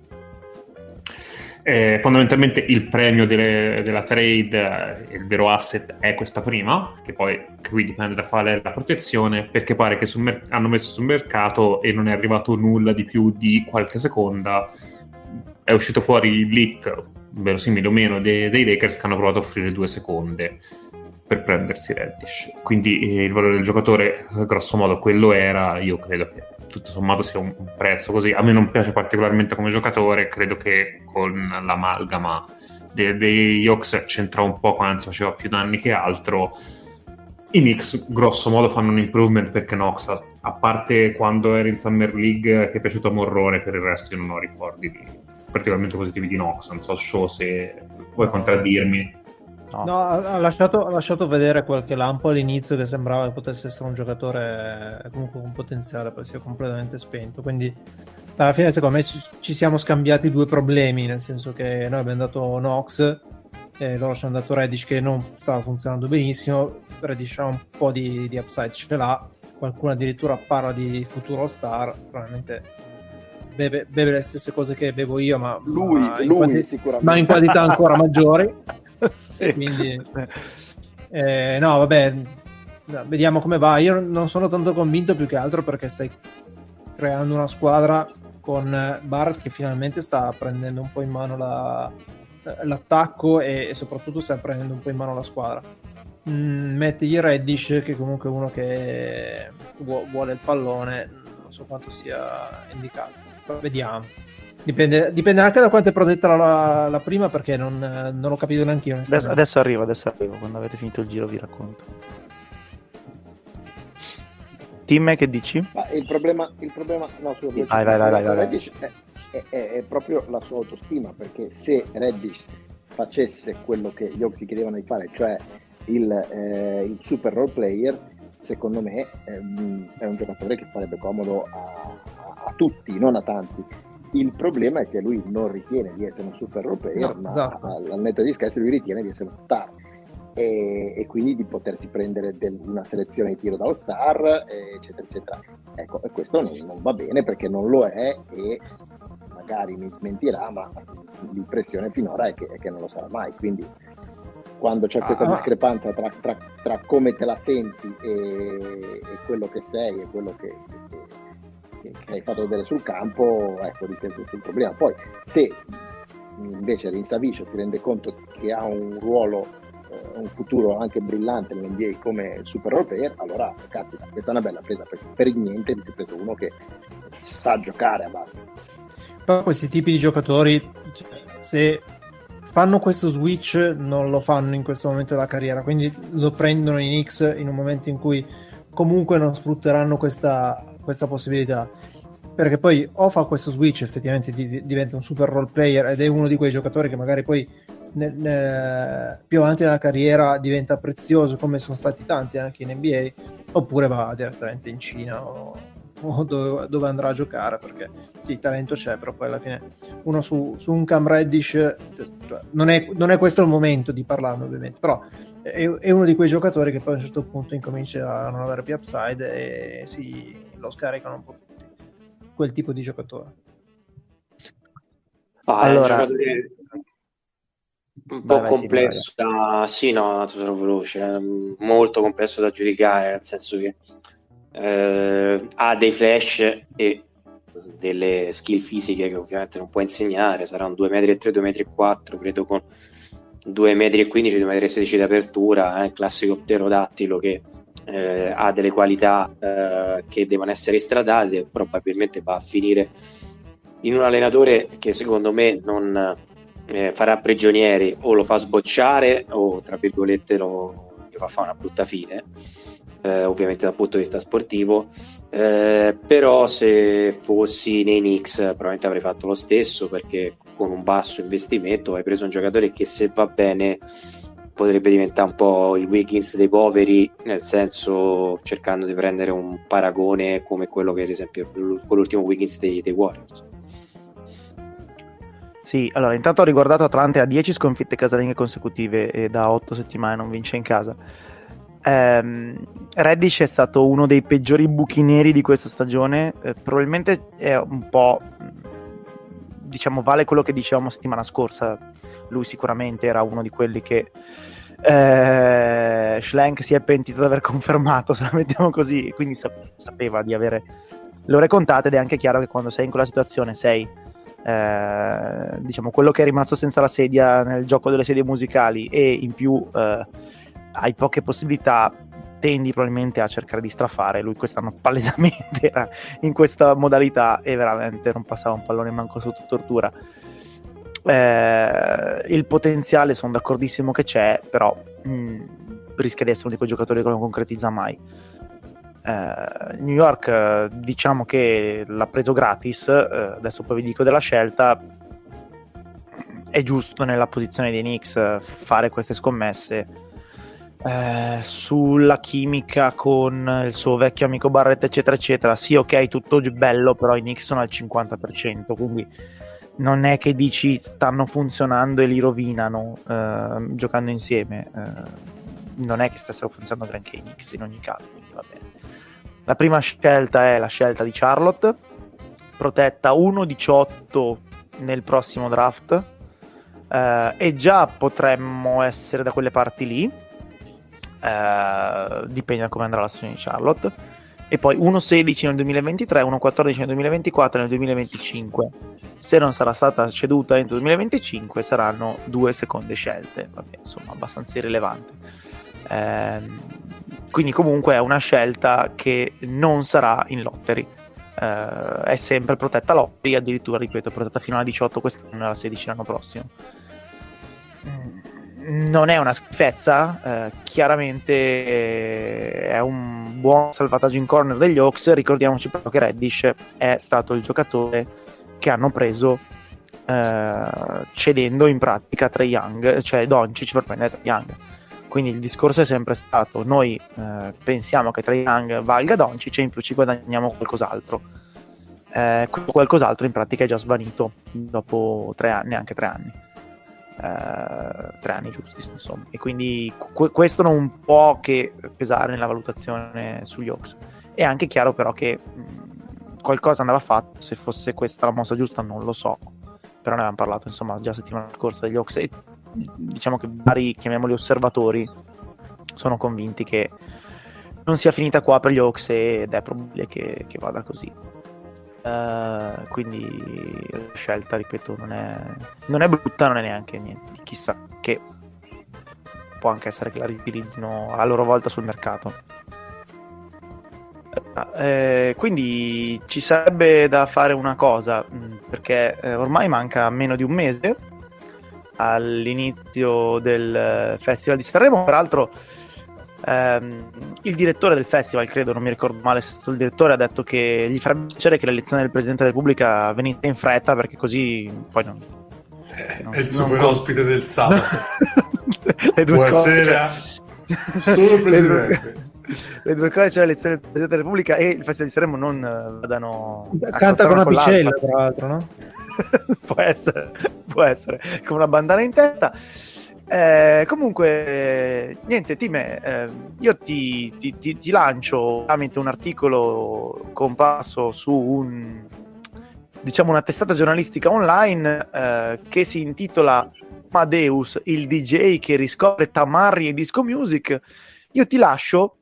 Eh, fondamentalmente il premio delle, della trade, eh, il vero asset è questa prima, che poi che qui dipende da qual è la protezione, perché pare che sul mer- hanno messo sul mercato e non è arrivato nulla di più di qualche seconda. È uscito fuori il leak, verosimile o meno, dei, dei Lakers che hanno provato a offrire due seconde per prendersi Reddish. Quindi eh, il valore del giocatore grosso modo quello era. Io credo che tutto sommato sia un, un prezzo così. A me non piace particolarmente come giocatore, credo che con l'amalgama dei, dei Hawks c'entra un po', anzi faceva più danni che altro. i Knicks grosso modo fanno un improvement perché Knox, a, a parte quando era in Summer League che è piaciuto a Morrone, per il resto io non ho ricordi di, particolarmente positivi di Knox. Non so Show se vuoi contraddirmi. No, no ha, lasciato, ha lasciato vedere qualche lampo all'inizio che sembrava che potesse essere un giocatore comunque con potenziale, poi si è completamente spento, quindi alla fine secondo me ci siamo scambiati due problemi, nel senso che noi abbiamo dato Knox e loro ci hanno dato Reddish che non stava funzionando benissimo. Reddish ha un po' di, di upside, ce l'ha, qualcuno addirittura parla di futuro star, probabilmente beve, beve le stesse cose che bevo io, ma, lui, ma, in, lui quanti- sicuramente. ma in quantità ancora maggiori. Sì. Quindi eh, no vabbè, vediamo come va. Io non sono tanto convinto, più che altro perché stai creando una squadra con Barrett che finalmente sta prendendo un po' in mano la, l'attacco e, e soprattutto sta prendendo un po' in mano la squadra. Mm, mettigli Reddish che comunque è uno che vuole il pallone, non so quanto sia indicato, però vediamo. Dipende, dipende anche da quanto è protetta la, la prima, perché non, non l'ho capito neanche io. Adesso, adesso arrivo, adesso arrivo, quando avete finito il giro vi racconto. Tim, che dici? Ma il problema, il problema no, su vai, vai, vai, vai, vai. Reddish è, è, è, è proprio la sua autostima, perché se Reddish facesse quello che gli Hawks chiedevano di fare, cioè il, eh, il super role player, secondo me ehm, è un giocatore che farebbe comodo a, a, a tutti, non a tanti. Il problema è che lui non ritiene di essere un super role player, No, ma esatto. al, al netto di scherzi lui ritiene di essere un star. E, e quindi di potersi prendere del, una selezione di tiro da All Star, eccetera, eccetera. Ecco, e questo non, non va bene perché non lo è, e magari mi smentirà, ma l'impressione finora è che, è che non lo sarà mai. Quindi quando c'è questa Ah. discrepanza tra, tra, tra come te la senti e, e quello che sei e quello che, che, che hai fatto vedere sul campo, ecco, ripeto sul problema. Poi se invece Rinsavic si rende conto che ha un ruolo, eh, un futuro anche brillante nell'N B A come super role player, allora caspita, questa è una bella presa, perché per niente si è preso uno che sa giocare a basket. Però questi tipi di giocatori, se fanno questo switch, non lo fanno in questo momento della carriera, quindi lo prendono in Knicks in un momento in cui comunque non sfrutteranno questa, questa possibilità, perché poi o fa questo switch, effettivamente di, diventa un super role player ed è uno di quei giocatori che magari poi nel, nel, più avanti nella carriera diventa prezioso, come sono stati tanti anche in N B A, oppure va direttamente in Cina o, o dove, dove andrà a giocare, perché sì, il talento c'è, però poi alla fine uno su, su un Cam Reddish, non è, non è questo il momento di parlarne ovviamente, però è, è uno di quei giocatori che poi a un certo punto incomincia a non avere più upside e si lo scaricano un po' tutti, quel tipo di giocatore. Ah, Allora- è un giocatore un po' Vai, vai, complesso da... Sì, no, sono veloce, è molto complesso da giudicare, nel senso che eh, ha dei flash e delle skill fisiche che ovviamente non può insegnare. Sarà un due metri e tre, due metri e quattro, credo, con due metri e quindici, due metri e sedici d'apertura, è il classico pterodattilo che eh, ha delle qualità eh, che devono essere estradate, probabilmente va a finire in un allenatore che secondo me non eh, farà prigionieri, o lo fa sbocciare o tra virgolette lo, lo fa fare una brutta fine, eh, ovviamente dal punto di vista sportivo, eh, però se fossi nei Knicks probabilmente avrei fatto lo stesso, perché con un basso investimento hai preso un giocatore che, se va bene, potrebbe diventare un po' il Wiggins dei poveri, nel senso cercando di prendere un paragone come quello che ad esempio con l'ultimo Wiggins dei, dei Warriors. Sì, allora intanto ho riguardato Atlante a dieci sconfitte casalinghe consecutive e da otto settimane non vince in casa. ehm, Reddish è stato uno dei peggiori buchi neri di questa stagione, eh, probabilmente è un po', diciamo, vale quello che dicevamo settimana scorsa. Lui sicuramente era uno di quelli che eh, Schlenk si è pentito di aver confermato, se la mettiamo così, quindi sap- sapeva di avere le ore contate, ed è anche chiaro che quando sei in quella situazione sei Eh, diciamo quello che è rimasto senza la sedia nel gioco delle sedie musicali, e in più eh, hai poche possibilità, tendi probabilmente a cercare di strafare. Lui quest'anno palesemente era in questa modalità e veramente non passava un pallone manco sotto tortura. Eh, il potenziale sono d'accordissimo che c'è, però mh, rischia di essere uno di quei giocatori che non concretizza mai. Uh, New York, uh, diciamo che l'ha preso gratis, uh, adesso poi vi dico della scelta. È giusto nella posizione dei Knicks uh, fare queste scommesse uh, sulla chimica con il suo vecchio amico Barrett eccetera eccetera. Sì, ok, tutto bello, però i Knicks sono al cinquanta per cento, quindi non è che dici stanno funzionando e li rovinano uh, giocando insieme. Uh, non è che stessero funzionando granché i Knicks in ogni caso, quindi va bene. La prima scelta è la scelta di Charlotte, protetta uno diciotto nel prossimo draft, eh, e già potremmo essere da quelle parti lì, eh, dipende da come andrà la stagione di Charlotte, e poi uno sedici nel duemilaventitré, uno quattordici nel duemilaventiquattro e nel duemilaventicinque. Se non sarà stata ceduta entro il duemilaventicinque saranno due seconde scelte, vabbè, insomma abbastanza irrilevante. Eh, quindi comunque è una scelta che non sarà in lottery, eh, è sempre protetta lottery, addirittura ripeto protetta fino alla diciotto quest'anno e alla sedici l'anno prossimo. Non è una schifezza, eh, chiaramente è un buon salvataggio in corner degli Hawks. Ricordiamoci però che Reddish è stato il giocatore che hanno preso eh, cedendo in pratica Trae Young, cioè Doncic per prendere Trae Young. Quindi il discorso è sempre stato: noi eh, pensiamo che Trae Young valga Doncic e in più ci guadagniamo qualcos'altro. Eh, qualcos'altro in pratica è già svanito dopo tre anni, anche tre anni. Eh, tre anni giusti, insomma. E quindi qu- questo non può che pesare nella valutazione sugli Hawks. È anche chiaro però che mh, qualcosa andava fatto. Se fosse questa la mossa giusta non lo so, però ne avevamo parlato insomma già settimana scorsa degli Hawks, e diciamo che vari, chiamiamoli osservatori, sono convinti che non sia finita qua per gli Hawks ed è probabile che, che vada così. Uh, quindi la scelta, ripeto, non è, non è brutta, non è neanche niente di chissà che. Può anche essere che la riutilizzino a loro volta sul mercato. Uh, eh, quindi ci sarebbe da fare una cosa, mh, perché eh, ormai manca meno di un mese all'inizio del Festival di Sanremo. Peraltro ehm, il direttore del festival, credo, non mi ricordo male se è stato il direttore, ha detto che gli farebbe piacere che l'elezione del Presidente della Repubblica venisse in fretta, perché così poi non, eh, non è il non super con... ospite del sabato. Le due buonasera, cose... sono il Presidente. Le due... le due cose, cioè l'elezione del Presidente della Repubblica e il Festival di Sanremo, non uh, vadano canta con una bicella, l'altra. tra l'altro, no? può essere, può essere con una bandana in testa. Eh, comunque, niente, Time, eh, io ti, ti, ti, ti lancio tramite un articolo comparso su un, diciamo, una testata giornalistica online eh, che si intitola Amadeus, il D J che riscopre tamarri e disco music. Io ti lascio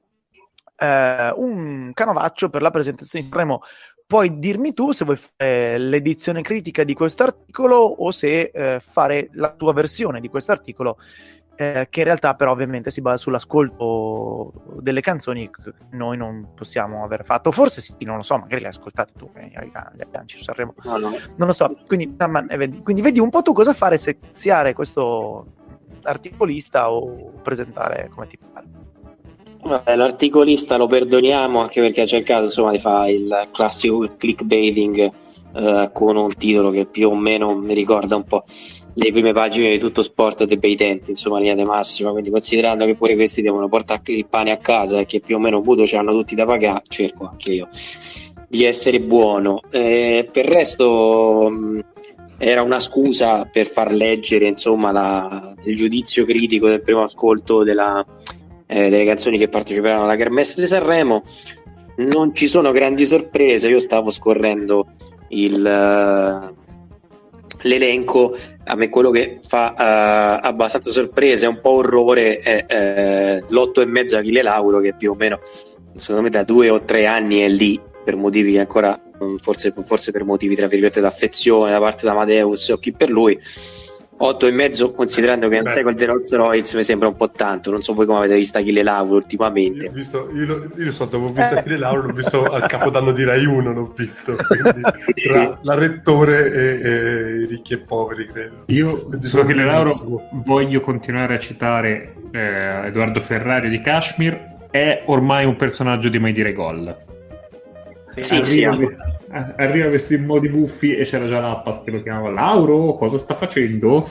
eh, un canovaccio per la presentazione di Sanremo. Puoi dirmi tu se vuoi fare l'edizione critica di questo articolo o se eh, fare la tua versione di questo articolo, eh, che in realtà però ovviamente si basa sull'ascolto delle canzoni che noi non possiamo aver fatto. Forse sì, non lo so, magari le hai ascoltate tu, eh, gli agganci su Sanremo. No, no. Non lo so, quindi, quindi vedi un po' tu cosa fare, se iniziare questo articolista o presentare come ti pare. Vabbè, l'articolista lo perdoniamo anche perché ha cercato insomma di fare il classico clickbaiting eh, con un titolo che più o meno mi ricorda un po' le prime pagine di Tutto Sport dei bei tempi, insomma, linea di massima. Quindi, considerando che pure questi devono portare il pane a casa e che più o meno Buto ce l'hanno tutti da pagare, cerco anche io di essere buono. Eh, per il resto mh, era una scusa per far leggere insomma la, il giudizio critico del primo ascolto della Eh, delle canzoni che parteciperanno alla Kermesse di Sanremo. Non ci sono grandi sorprese. Io stavo scorrendo il, uh, l'elenco. A me quello che fa uh, abbastanza sorpresa e un po' orrore è uh, l'otto e mezzo Achille Lauro, che più o meno secondo me da due o tre anni è lì per motivi che ancora forse, forse per motivi tra virgolette d'affezione da parte di Amadeus o chi per lui. otto e mezzo, considerando che è un Beh. sequel di Rolls Royce, mi sembra un po' tanto. Non so voi come avete visto Achille Lauro ultimamente. Io, ho visto, io, lo- io so, avevo visto Eh. Achille Lauro, l'ho visto al Capodanno di Rai uno, l'ho visto, quindi tra la Rettore e, e i ricchi e poveri, credo. Io Quindi su Achille Lauro bellissimo. voglio continuare a citare eh, Edoardo Ferrari di Kashmir, è ormai un personaggio di Mai Dire Gol. Sì, arriva, sì. ve- eh, arriva vestito in modi buffi e c'era già l'Appas che lo chiamava Lauro, cosa sta facendo?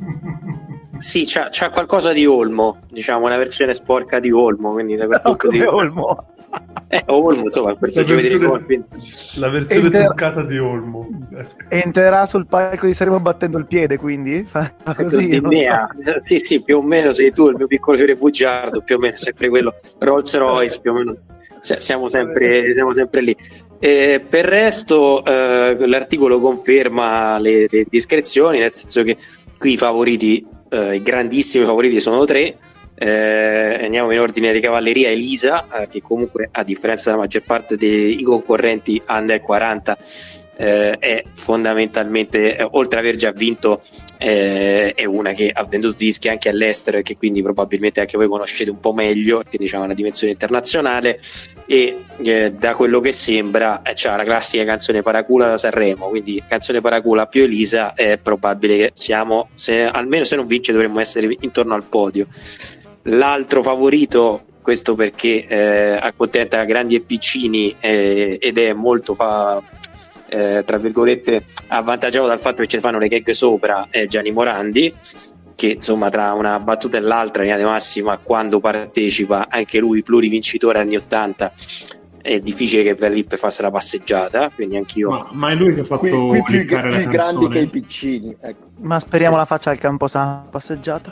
Sì, c'ha, c'ha qualcosa di Olmo, diciamo, una versione sporca di Olmo, quindi da quel No, punto di come vista... Olmo. Eh, Olmo, insomma, il La personaggio di versione, Colpin. la versione Inter- truccata di Olmo. Entrerà sul palco di Sanremo battendo il piede, quindi fa, fa così. non Dinea. so. Sì, sì, più o meno sei tu, il mio piccolo fiore bugiardo, più o meno sempre quello. Rolls Royce, più o meno S- siamo sempre, siamo sempre lì. E per il resto, eh, l'articolo conferma le, le discrezioni, nel senso che qui i favoriti, eh, i grandissimi favoriti sono tre. Eh, andiamo in ordine di cavalleria. Elisa, eh, che comunque a differenza della maggior parte dei concorrenti under quaranta eh, è fondamentalmente, eh, oltre ad aver già vinto, eh, è una che ha venduto dischi anche all'estero e che quindi probabilmente anche voi conoscete un po' meglio, che diciamo ha una dimensione internazionale, e eh, da quello che sembra eh, c'ha la classica canzone Paracula da Sanremo, quindi canzone Paracula più Elisa, è probabile che siamo, se, almeno se non vince dovremmo essere intorno al podio. L'altro favorito, questo perché eh, accontenta grandi e piccini, eh, ed è molto fa, eh, tra virgolette avvantaggiato dal fatto che ci fanno le gag sopra, è Gianni Morandi, che insomma tra una battuta e l'altra in linea di massima quando partecipa, anche lui plurivincitore anni ottanta, è difficile che per lì per farsi la passeggiata, quindi anch'io Ma, ma è lui che ha fatto Qui, qui più, liccare più la i grandi che i canzone? piccini, ecco. Ma speriamo la faccia al Camposanto passeggiata.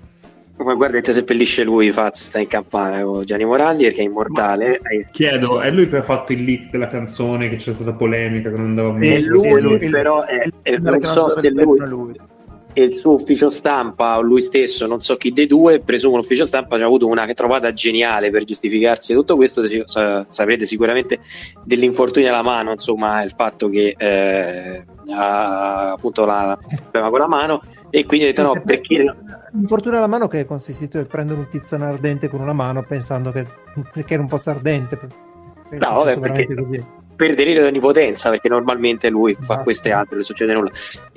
ma guarda che seppellisce lui, Faz, sta in campana con Gianni Morandi perché è immortale. Ma chiedo, è lui che ha fatto il leak della canzone, che c'è stata polemica, che non andava Sì, È bene? lui, lui, però è, il- è- il- non che so si se deve lui rispetto a lui. e il suo ufficio stampa o lui stesso, non so chi dei due, presumo l'ufficio stampa, c'ha avuto una trovata geniale per giustificarsi tutto questo. Sa- saprete sicuramente dell'infortunio alla mano, insomma il fatto che eh, ha appunto la problema con la mano, e quindi ho detto no, perché L'infortunio alla mano che è consistito nel prendere un tizzano ardente con una mano pensando che, che non fosse ardente. È no, successo vabbè, perché veramente così. per delirio di onnipotenza, perché normalmente lui fa Esatto. queste altre, non succede nulla.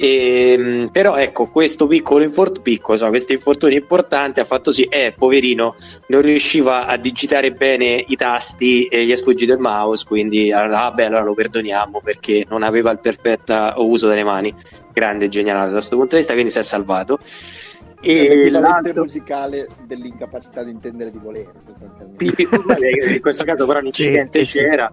E, però ecco, questo piccolo infortunio, piccolo, so, questo infortunio importante ha fatto sì, eh, poverino, non riusciva a digitare bene i tasti e gli è sfuggito il mouse, quindi ah, beh, allora lo perdoniamo perché non aveva il perfetto uso delle mani. Grande geniale da questo punto di vista, quindi si è salvato. È E l'equivalente l'altro musicale dell'incapacità di intendere di volere, sostanzialmente. Pi- pi- vabbè, in questo caso però l'incidente Sì, sì, c'era.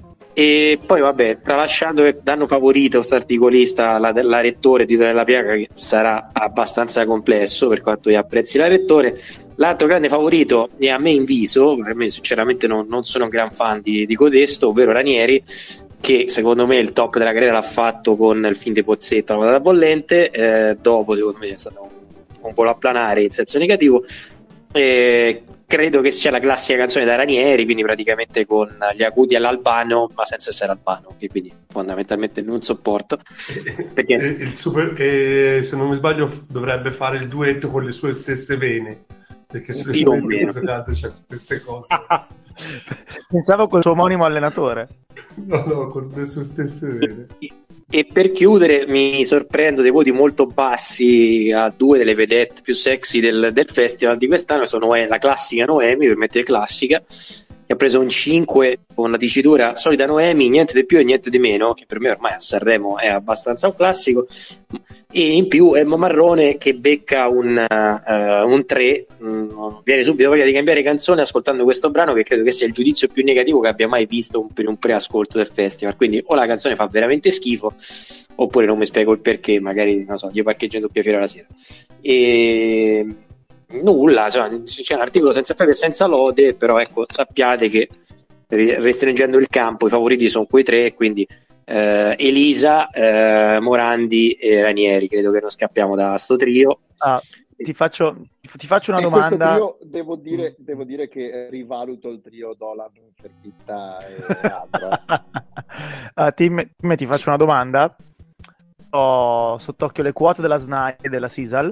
E poi vabbè, tralasciando che danno favorito questo articolista, la, la Rettore di Della Piaga, che sarà abbastanza complesso per quanto io apprezzi la Rettore, l'altro grande favorito è a me Inviso, per me sinceramente non, non sono un gran fan di, di codesto, ovvero Ranieri, che secondo me il top della carriera l'ha fatto con il film di Pozzetto, La patata bollente, eh, dopo secondo me è stato un, un volo a planare in senso negativo. Eh, credo che sia la classica canzone da Ranieri, quindi praticamente con gli acuti all'albano ma senza essere albano, che quindi fondamentalmente non sopporto perché E, il super, e, se non mi sbaglio dovrebbe fare il duetto con le sue stesse vene, perché sulle Più o vene meno. collegate c'è queste cose. Pensavo col suo omonimo allenatore. No, no, con le sue stesse vene. E per chiudere mi sorprendo dei voti molto bassi a due delle vedette più sexy del, del festival di quest'anno. Sono la classica Noemi, per mettere classica, che ha preso un cinque con una dicitura solida Noemi, niente di più e niente di meno, che per me ormai a Sanremo è abbastanza un classico. E in più Emma Marrone che becca un, uh, un tre, um, viene subito voglia di cambiare canzone ascoltando questo brano, che credo che sia il giudizio più negativo che abbia mai visto un, per un preascolto del festival. Quindi o la canzone fa veramente schifo oppure non mi spiego il perché, magari non so, io parcheggio in doppia fiera la sera. E nulla, insomma, c'è un articolo senza fede e senza lode, però ecco, sappiate che restringendo il campo i favoriti sono quei tre, quindi eh, Elisa, eh, Morandi e Ranieri. Credo che non scappiamo da sto trio. Ah, ti, faccio, ti faccio una E domanda. questo trio, devo dire, devo dire che rivaluto il trio Dolan, Fertitta e altro. Ah, Tim, Tim, ti faccio una domanda. ho sott'occhio le quote della S N A I e della Sisal,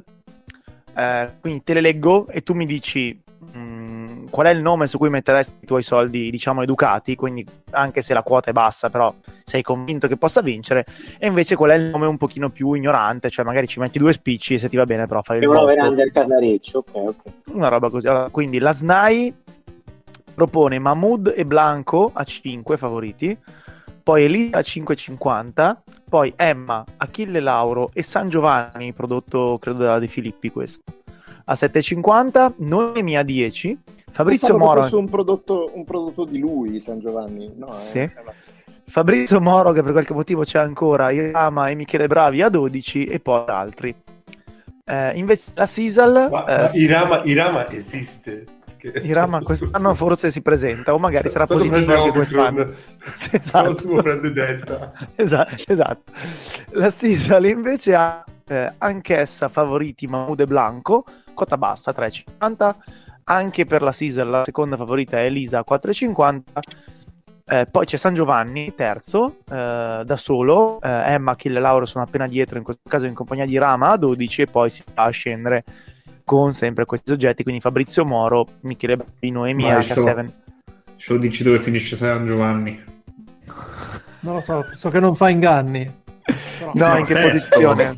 eh, quindi te le leggo e tu mi dici mh, qual è il nome su cui metteresti i tuoi soldi, diciamo, educati, quindi anche se la quota è bassa, però sei convinto che possa vincere, e invece qual è il nome un pochino più ignorante, cioè magari ci metti due spicci e se ti va bene però fai il Devono botto. Verander Casareccio, ok, ok. Una roba così. Allora, quindi la S N A I propone Mahmood e Blanco a cinque favoriti, poi Elisa a cinque e cinquanta, poi Emma, Achille Lauro e San Giovanni, prodotto credo della De Filippi questo, a sette e cinquanta, Noemi a dieci, Fabrizio Pensavo Moro fosse un prodotto, un prodotto di lui, San Giovanni. No, sì. è una... Fabrizio Moro, che per qualche motivo c'è ancora, Irama e Michele Bravi a dodici e poi altri. Eh, invece la Sisal Ma, eh, ma Irama, Irama esiste. Che... Irama quest'anno forse si presenta, o magari sarà Stato positivo anche Omicron, quest'anno. il Esatto. prossimo prende Delta. esatto, esatto. La Sisal invece ha eh, anch'essa favoriti Mahmood e Blanco, quota bassa tre e cinquanta, anche per la Sisal la seconda favorita è Elisa a quattro e cinquanta. Eh, poi c'è San Giovanni, terzo, eh, da solo, eh, Emma, Achille e Lauro sono appena dietro, in questo caso in compagnia di Rama a dodici, e poi si va a scendere con sempre questi soggetti, quindi Fabrizio Moro, Michele Bravi, Noemi e Vai, H sette. Show, dici dove finisce San Giovanni? Non lo so, so che non fa inganni. Però... No, No, in che sesto. posizione?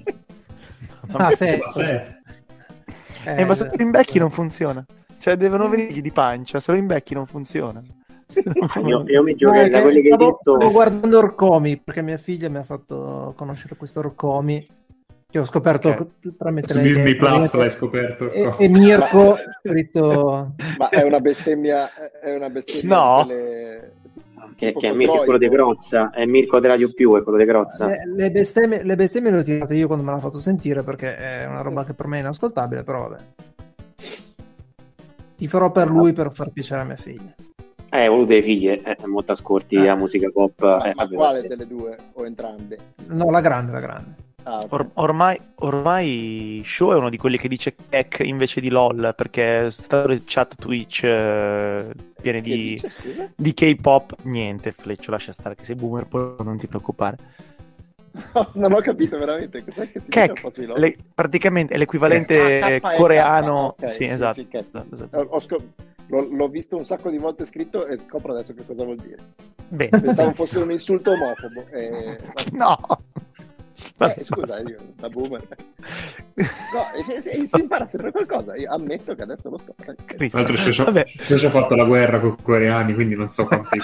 Ah, sesto. Eh, Eh, ma solo in becchi non funziona, cioè devono venirgli di pancia, solo in becchi non funziona. Io, io mi No, giocherei è da che quelli che hai stavo, detto. stavo guardando Orcomi perché mia figlia mi ha fatto conoscere questo Orcomi che ho scoperto Ok. tramite su le- Disney le- Plus le- l'hai scoperto. e, e Mirko scritto Ma è una bestemmia, è una bestemmia No. di quelle... Che, tipo che è Mirko, quello di Troico. Crozza, è Mirko di Radio Più, è quello di Crozza. le, le bestemmie le bestemmie le ho tirate io quando me l'ha fatto sentire perché è una roba che per me è inascoltabile, però vabbè, ti farò per lui per far piacere a mia figlia. Eh, hai voluto le figlie, eh, molto ascolti Eh. la musica pop. Ma, eh, ma vabbè, quale pazienza. delle due? O entrambe? No, la grande, la grande. Ah, ok. Or- ormai, ormai Show è uno di quelli che dice kek invece di lol, perché storie chat Twitch eh, piene Che di, dice, scusa? di K-pop. Niente, Fleccio, lascia stare che sei boomer, poi non ti preoccupare. No, non ho capito veramente cos'è che si dice al Kek, posto di loro. le- praticamente è l'equivalente Ah, K E K, coreano. ok, sì, sì, esatto. sì, Kek. esatto, esatto. Ho- ho scop- l'ho, l'ho visto un sacco di volte scritto e scopro adesso che cosa vuol dire. Bene, Pensavo benissimo. fosse un insulto omofobo. E... No. Vabbè, Eh, scusa, basta. io da boomer. No, e, e- e si impara sempre qualcosa. Io ammetto che adesso lo sto. Cristo. Tra l'altro ci Vabbè. ha fatto la guerra con i coreani, quindi non so quanti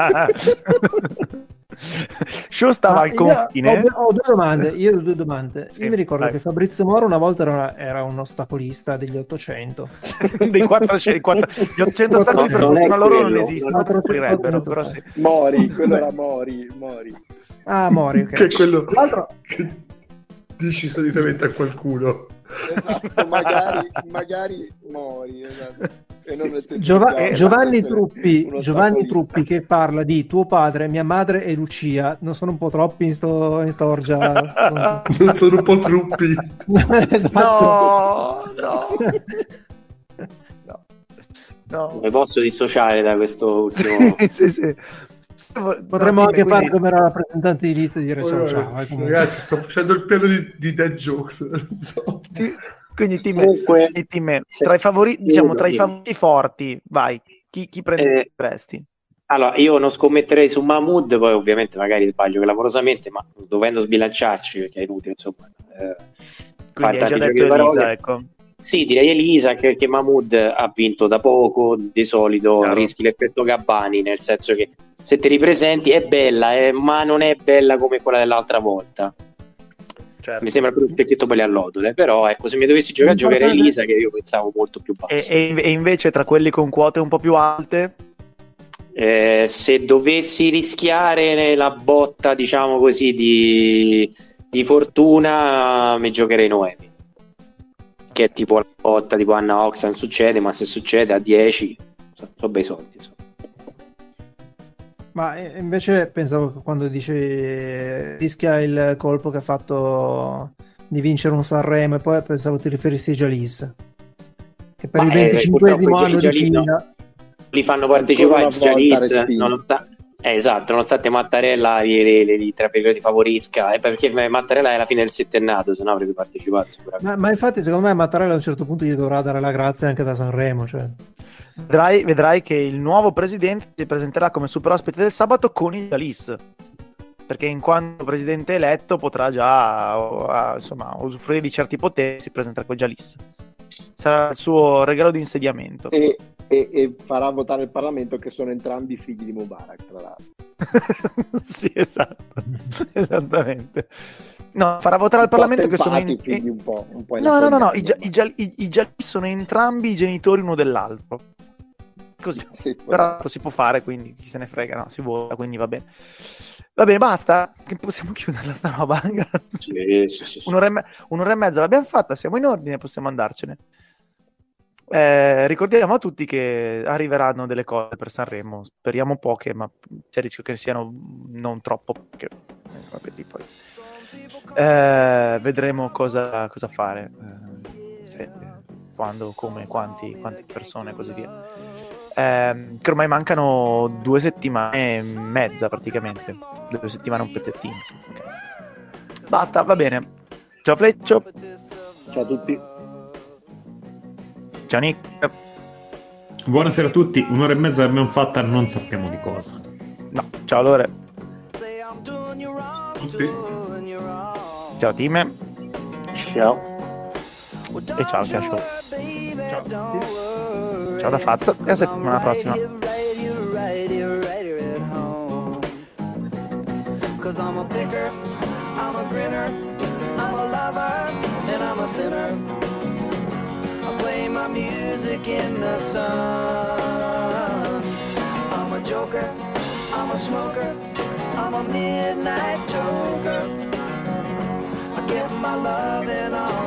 Show stava Ah, al io confine. Ho, due- ho due domande. Io ho due domande. Sì, io mi ricordo vai. che Fabrizio Moro una volta era, era un ostacolista degli ottocento. dei quattrocento, quattro- gli ottocento ostacoli per No, non è fortuna loro non quello. esistono, Non- morirebbero, però sì. Mori, quello era Mori. Mori. Ah, Mori, ok. Che è quello L'altro- che dici solitamente a qualcuno. Esatto, magari, magari Mori. Esatto. E non nel senso Giova- che- Giovanni essere Truppi, uno Giovanni ostacolista. Truppi che parla di tuo padre, mia madre e Lucia. Non sono un po' troppi in sto, in sta orgia? Non sono un po' truppi. Esatto. No, no, no, no. Mi posso dissociare da questo ultimo. sì, sì. Potremmo No, anche quindi- fare come era rappresentante di lista e dire ciao Oh, ciao. eh, comunque. ragazzi, sto facendo il piano di, di dead jokes. Non so. Ti- Quindi team, Comunque, quindi team, se- tra i favoriti, diciamo tra i Sì. favoriti forti, vai, chi, chi prenderesti? Allora, io non scommetterei su Mahmood, poi ovviamente magari sbaglio clamorosamente, ma dovendo sbilanciarci, perché è inutile, insomma, eh, fare Quindi hai già tanti giochi detto di parole. Elisa, ecco. Sì, direi Elisa, anche perché Mahmood ha vinto da poco, di solito Chiaro. rischi l'effetto Gabbani, nel senso che se ti ripresenti è bella, eh, ma non è bella come quella dell'altra volta. Certo. Mi sembra più uno specchietto per le allodole, però ecco, se mi dovessi giocare, giocherei Elisa, che io pensavo molto più E, basso. e- e invece tra quelli con quote un po' più alte, Eh, se dovessi rischiare nella botta, diciamo così, di, di fortuna, mi giocherei Noemi, che è tipo la botta tipo Anna Ox, non succede, ma se succede a dieci sono so bei soldi, insomma. Ma eh, invece pensavo che quando dice rischia il colpo che ha fatto di vincere un Sanremo e poi pensavo ti riferissi a Jalis, che per Ma, il eh, venticinquesimo purtroppo anno i di Jalis no. fila li fanno Ancora partecipare una i volta Jalis, respinti. nonostante Eh, esatto, nonostante Mattarella li, li, li, li, tra virgolette, favorisca, è perché Mattarella è alla fine del settennato, se no avrebbe partecipato sicuramente. Ma, ma infatti secondo me Mattarella a un certo punto gli dovrà dare la grazia anche da Sanremo, cioè. Vedrai, vedrai che il nuovo presidente si presenterà come super ospite del sabato con il Jalis, perché in quanto presidente eletto potrà già insomma usufruire di certi poteri, si presenterà con il Jalis. Sarà il suo regalo di insediamento. E, e, e farà votare il Parlamento, che sono entrambi figli di Mubarak, tra l'altro. Sì, esatto. Esattamente. No, farà votare al Parlamento che sono in... figli un po', un po' No, no, no, no, i, gia- i, gia- i, i Jalis sono entrambi i genitori uno dell'altro. Così. Sì, però si può fare, quindi chi se ne frega, no, si vota, quindi va bene. Va bene, basta, che possiamo chiuderla sta roba. Sì, sì, sì, sì. Un'ora, e me- un'ora e mezza l'abbiamo fatta, siamo in ordine, possiamo andarcene. Eh, ricordiamo a tutti che arriveranno delle cose per Sanremo, speriamo poche, ma c'è il rischio che siano non troppo, perché eh, vabbè, lì poi eh, vedremo cosa, cosa fare, eh, se, quando, come, quanti, quante persone e così via. Eh, che ormai mancano due settimane e mezza praticamente, due settimane e un pezzettino. Sì. Basta, va bene. Ciao Fleccio. Ciao a tutti. Ciao Nick. Buonasera a tutti, un'ora e mezza l'abbiamo fatta, non sappiamo di cosa. No, ciao Lore. Tutti. Ciao Time. Ciao. E ciao Cascio. Ciao. Ciao da Fazza e a settimana prossima. Play my music in the sun. I'm a joker, I'm a smoker, I'm a midnight joker. I get my loving on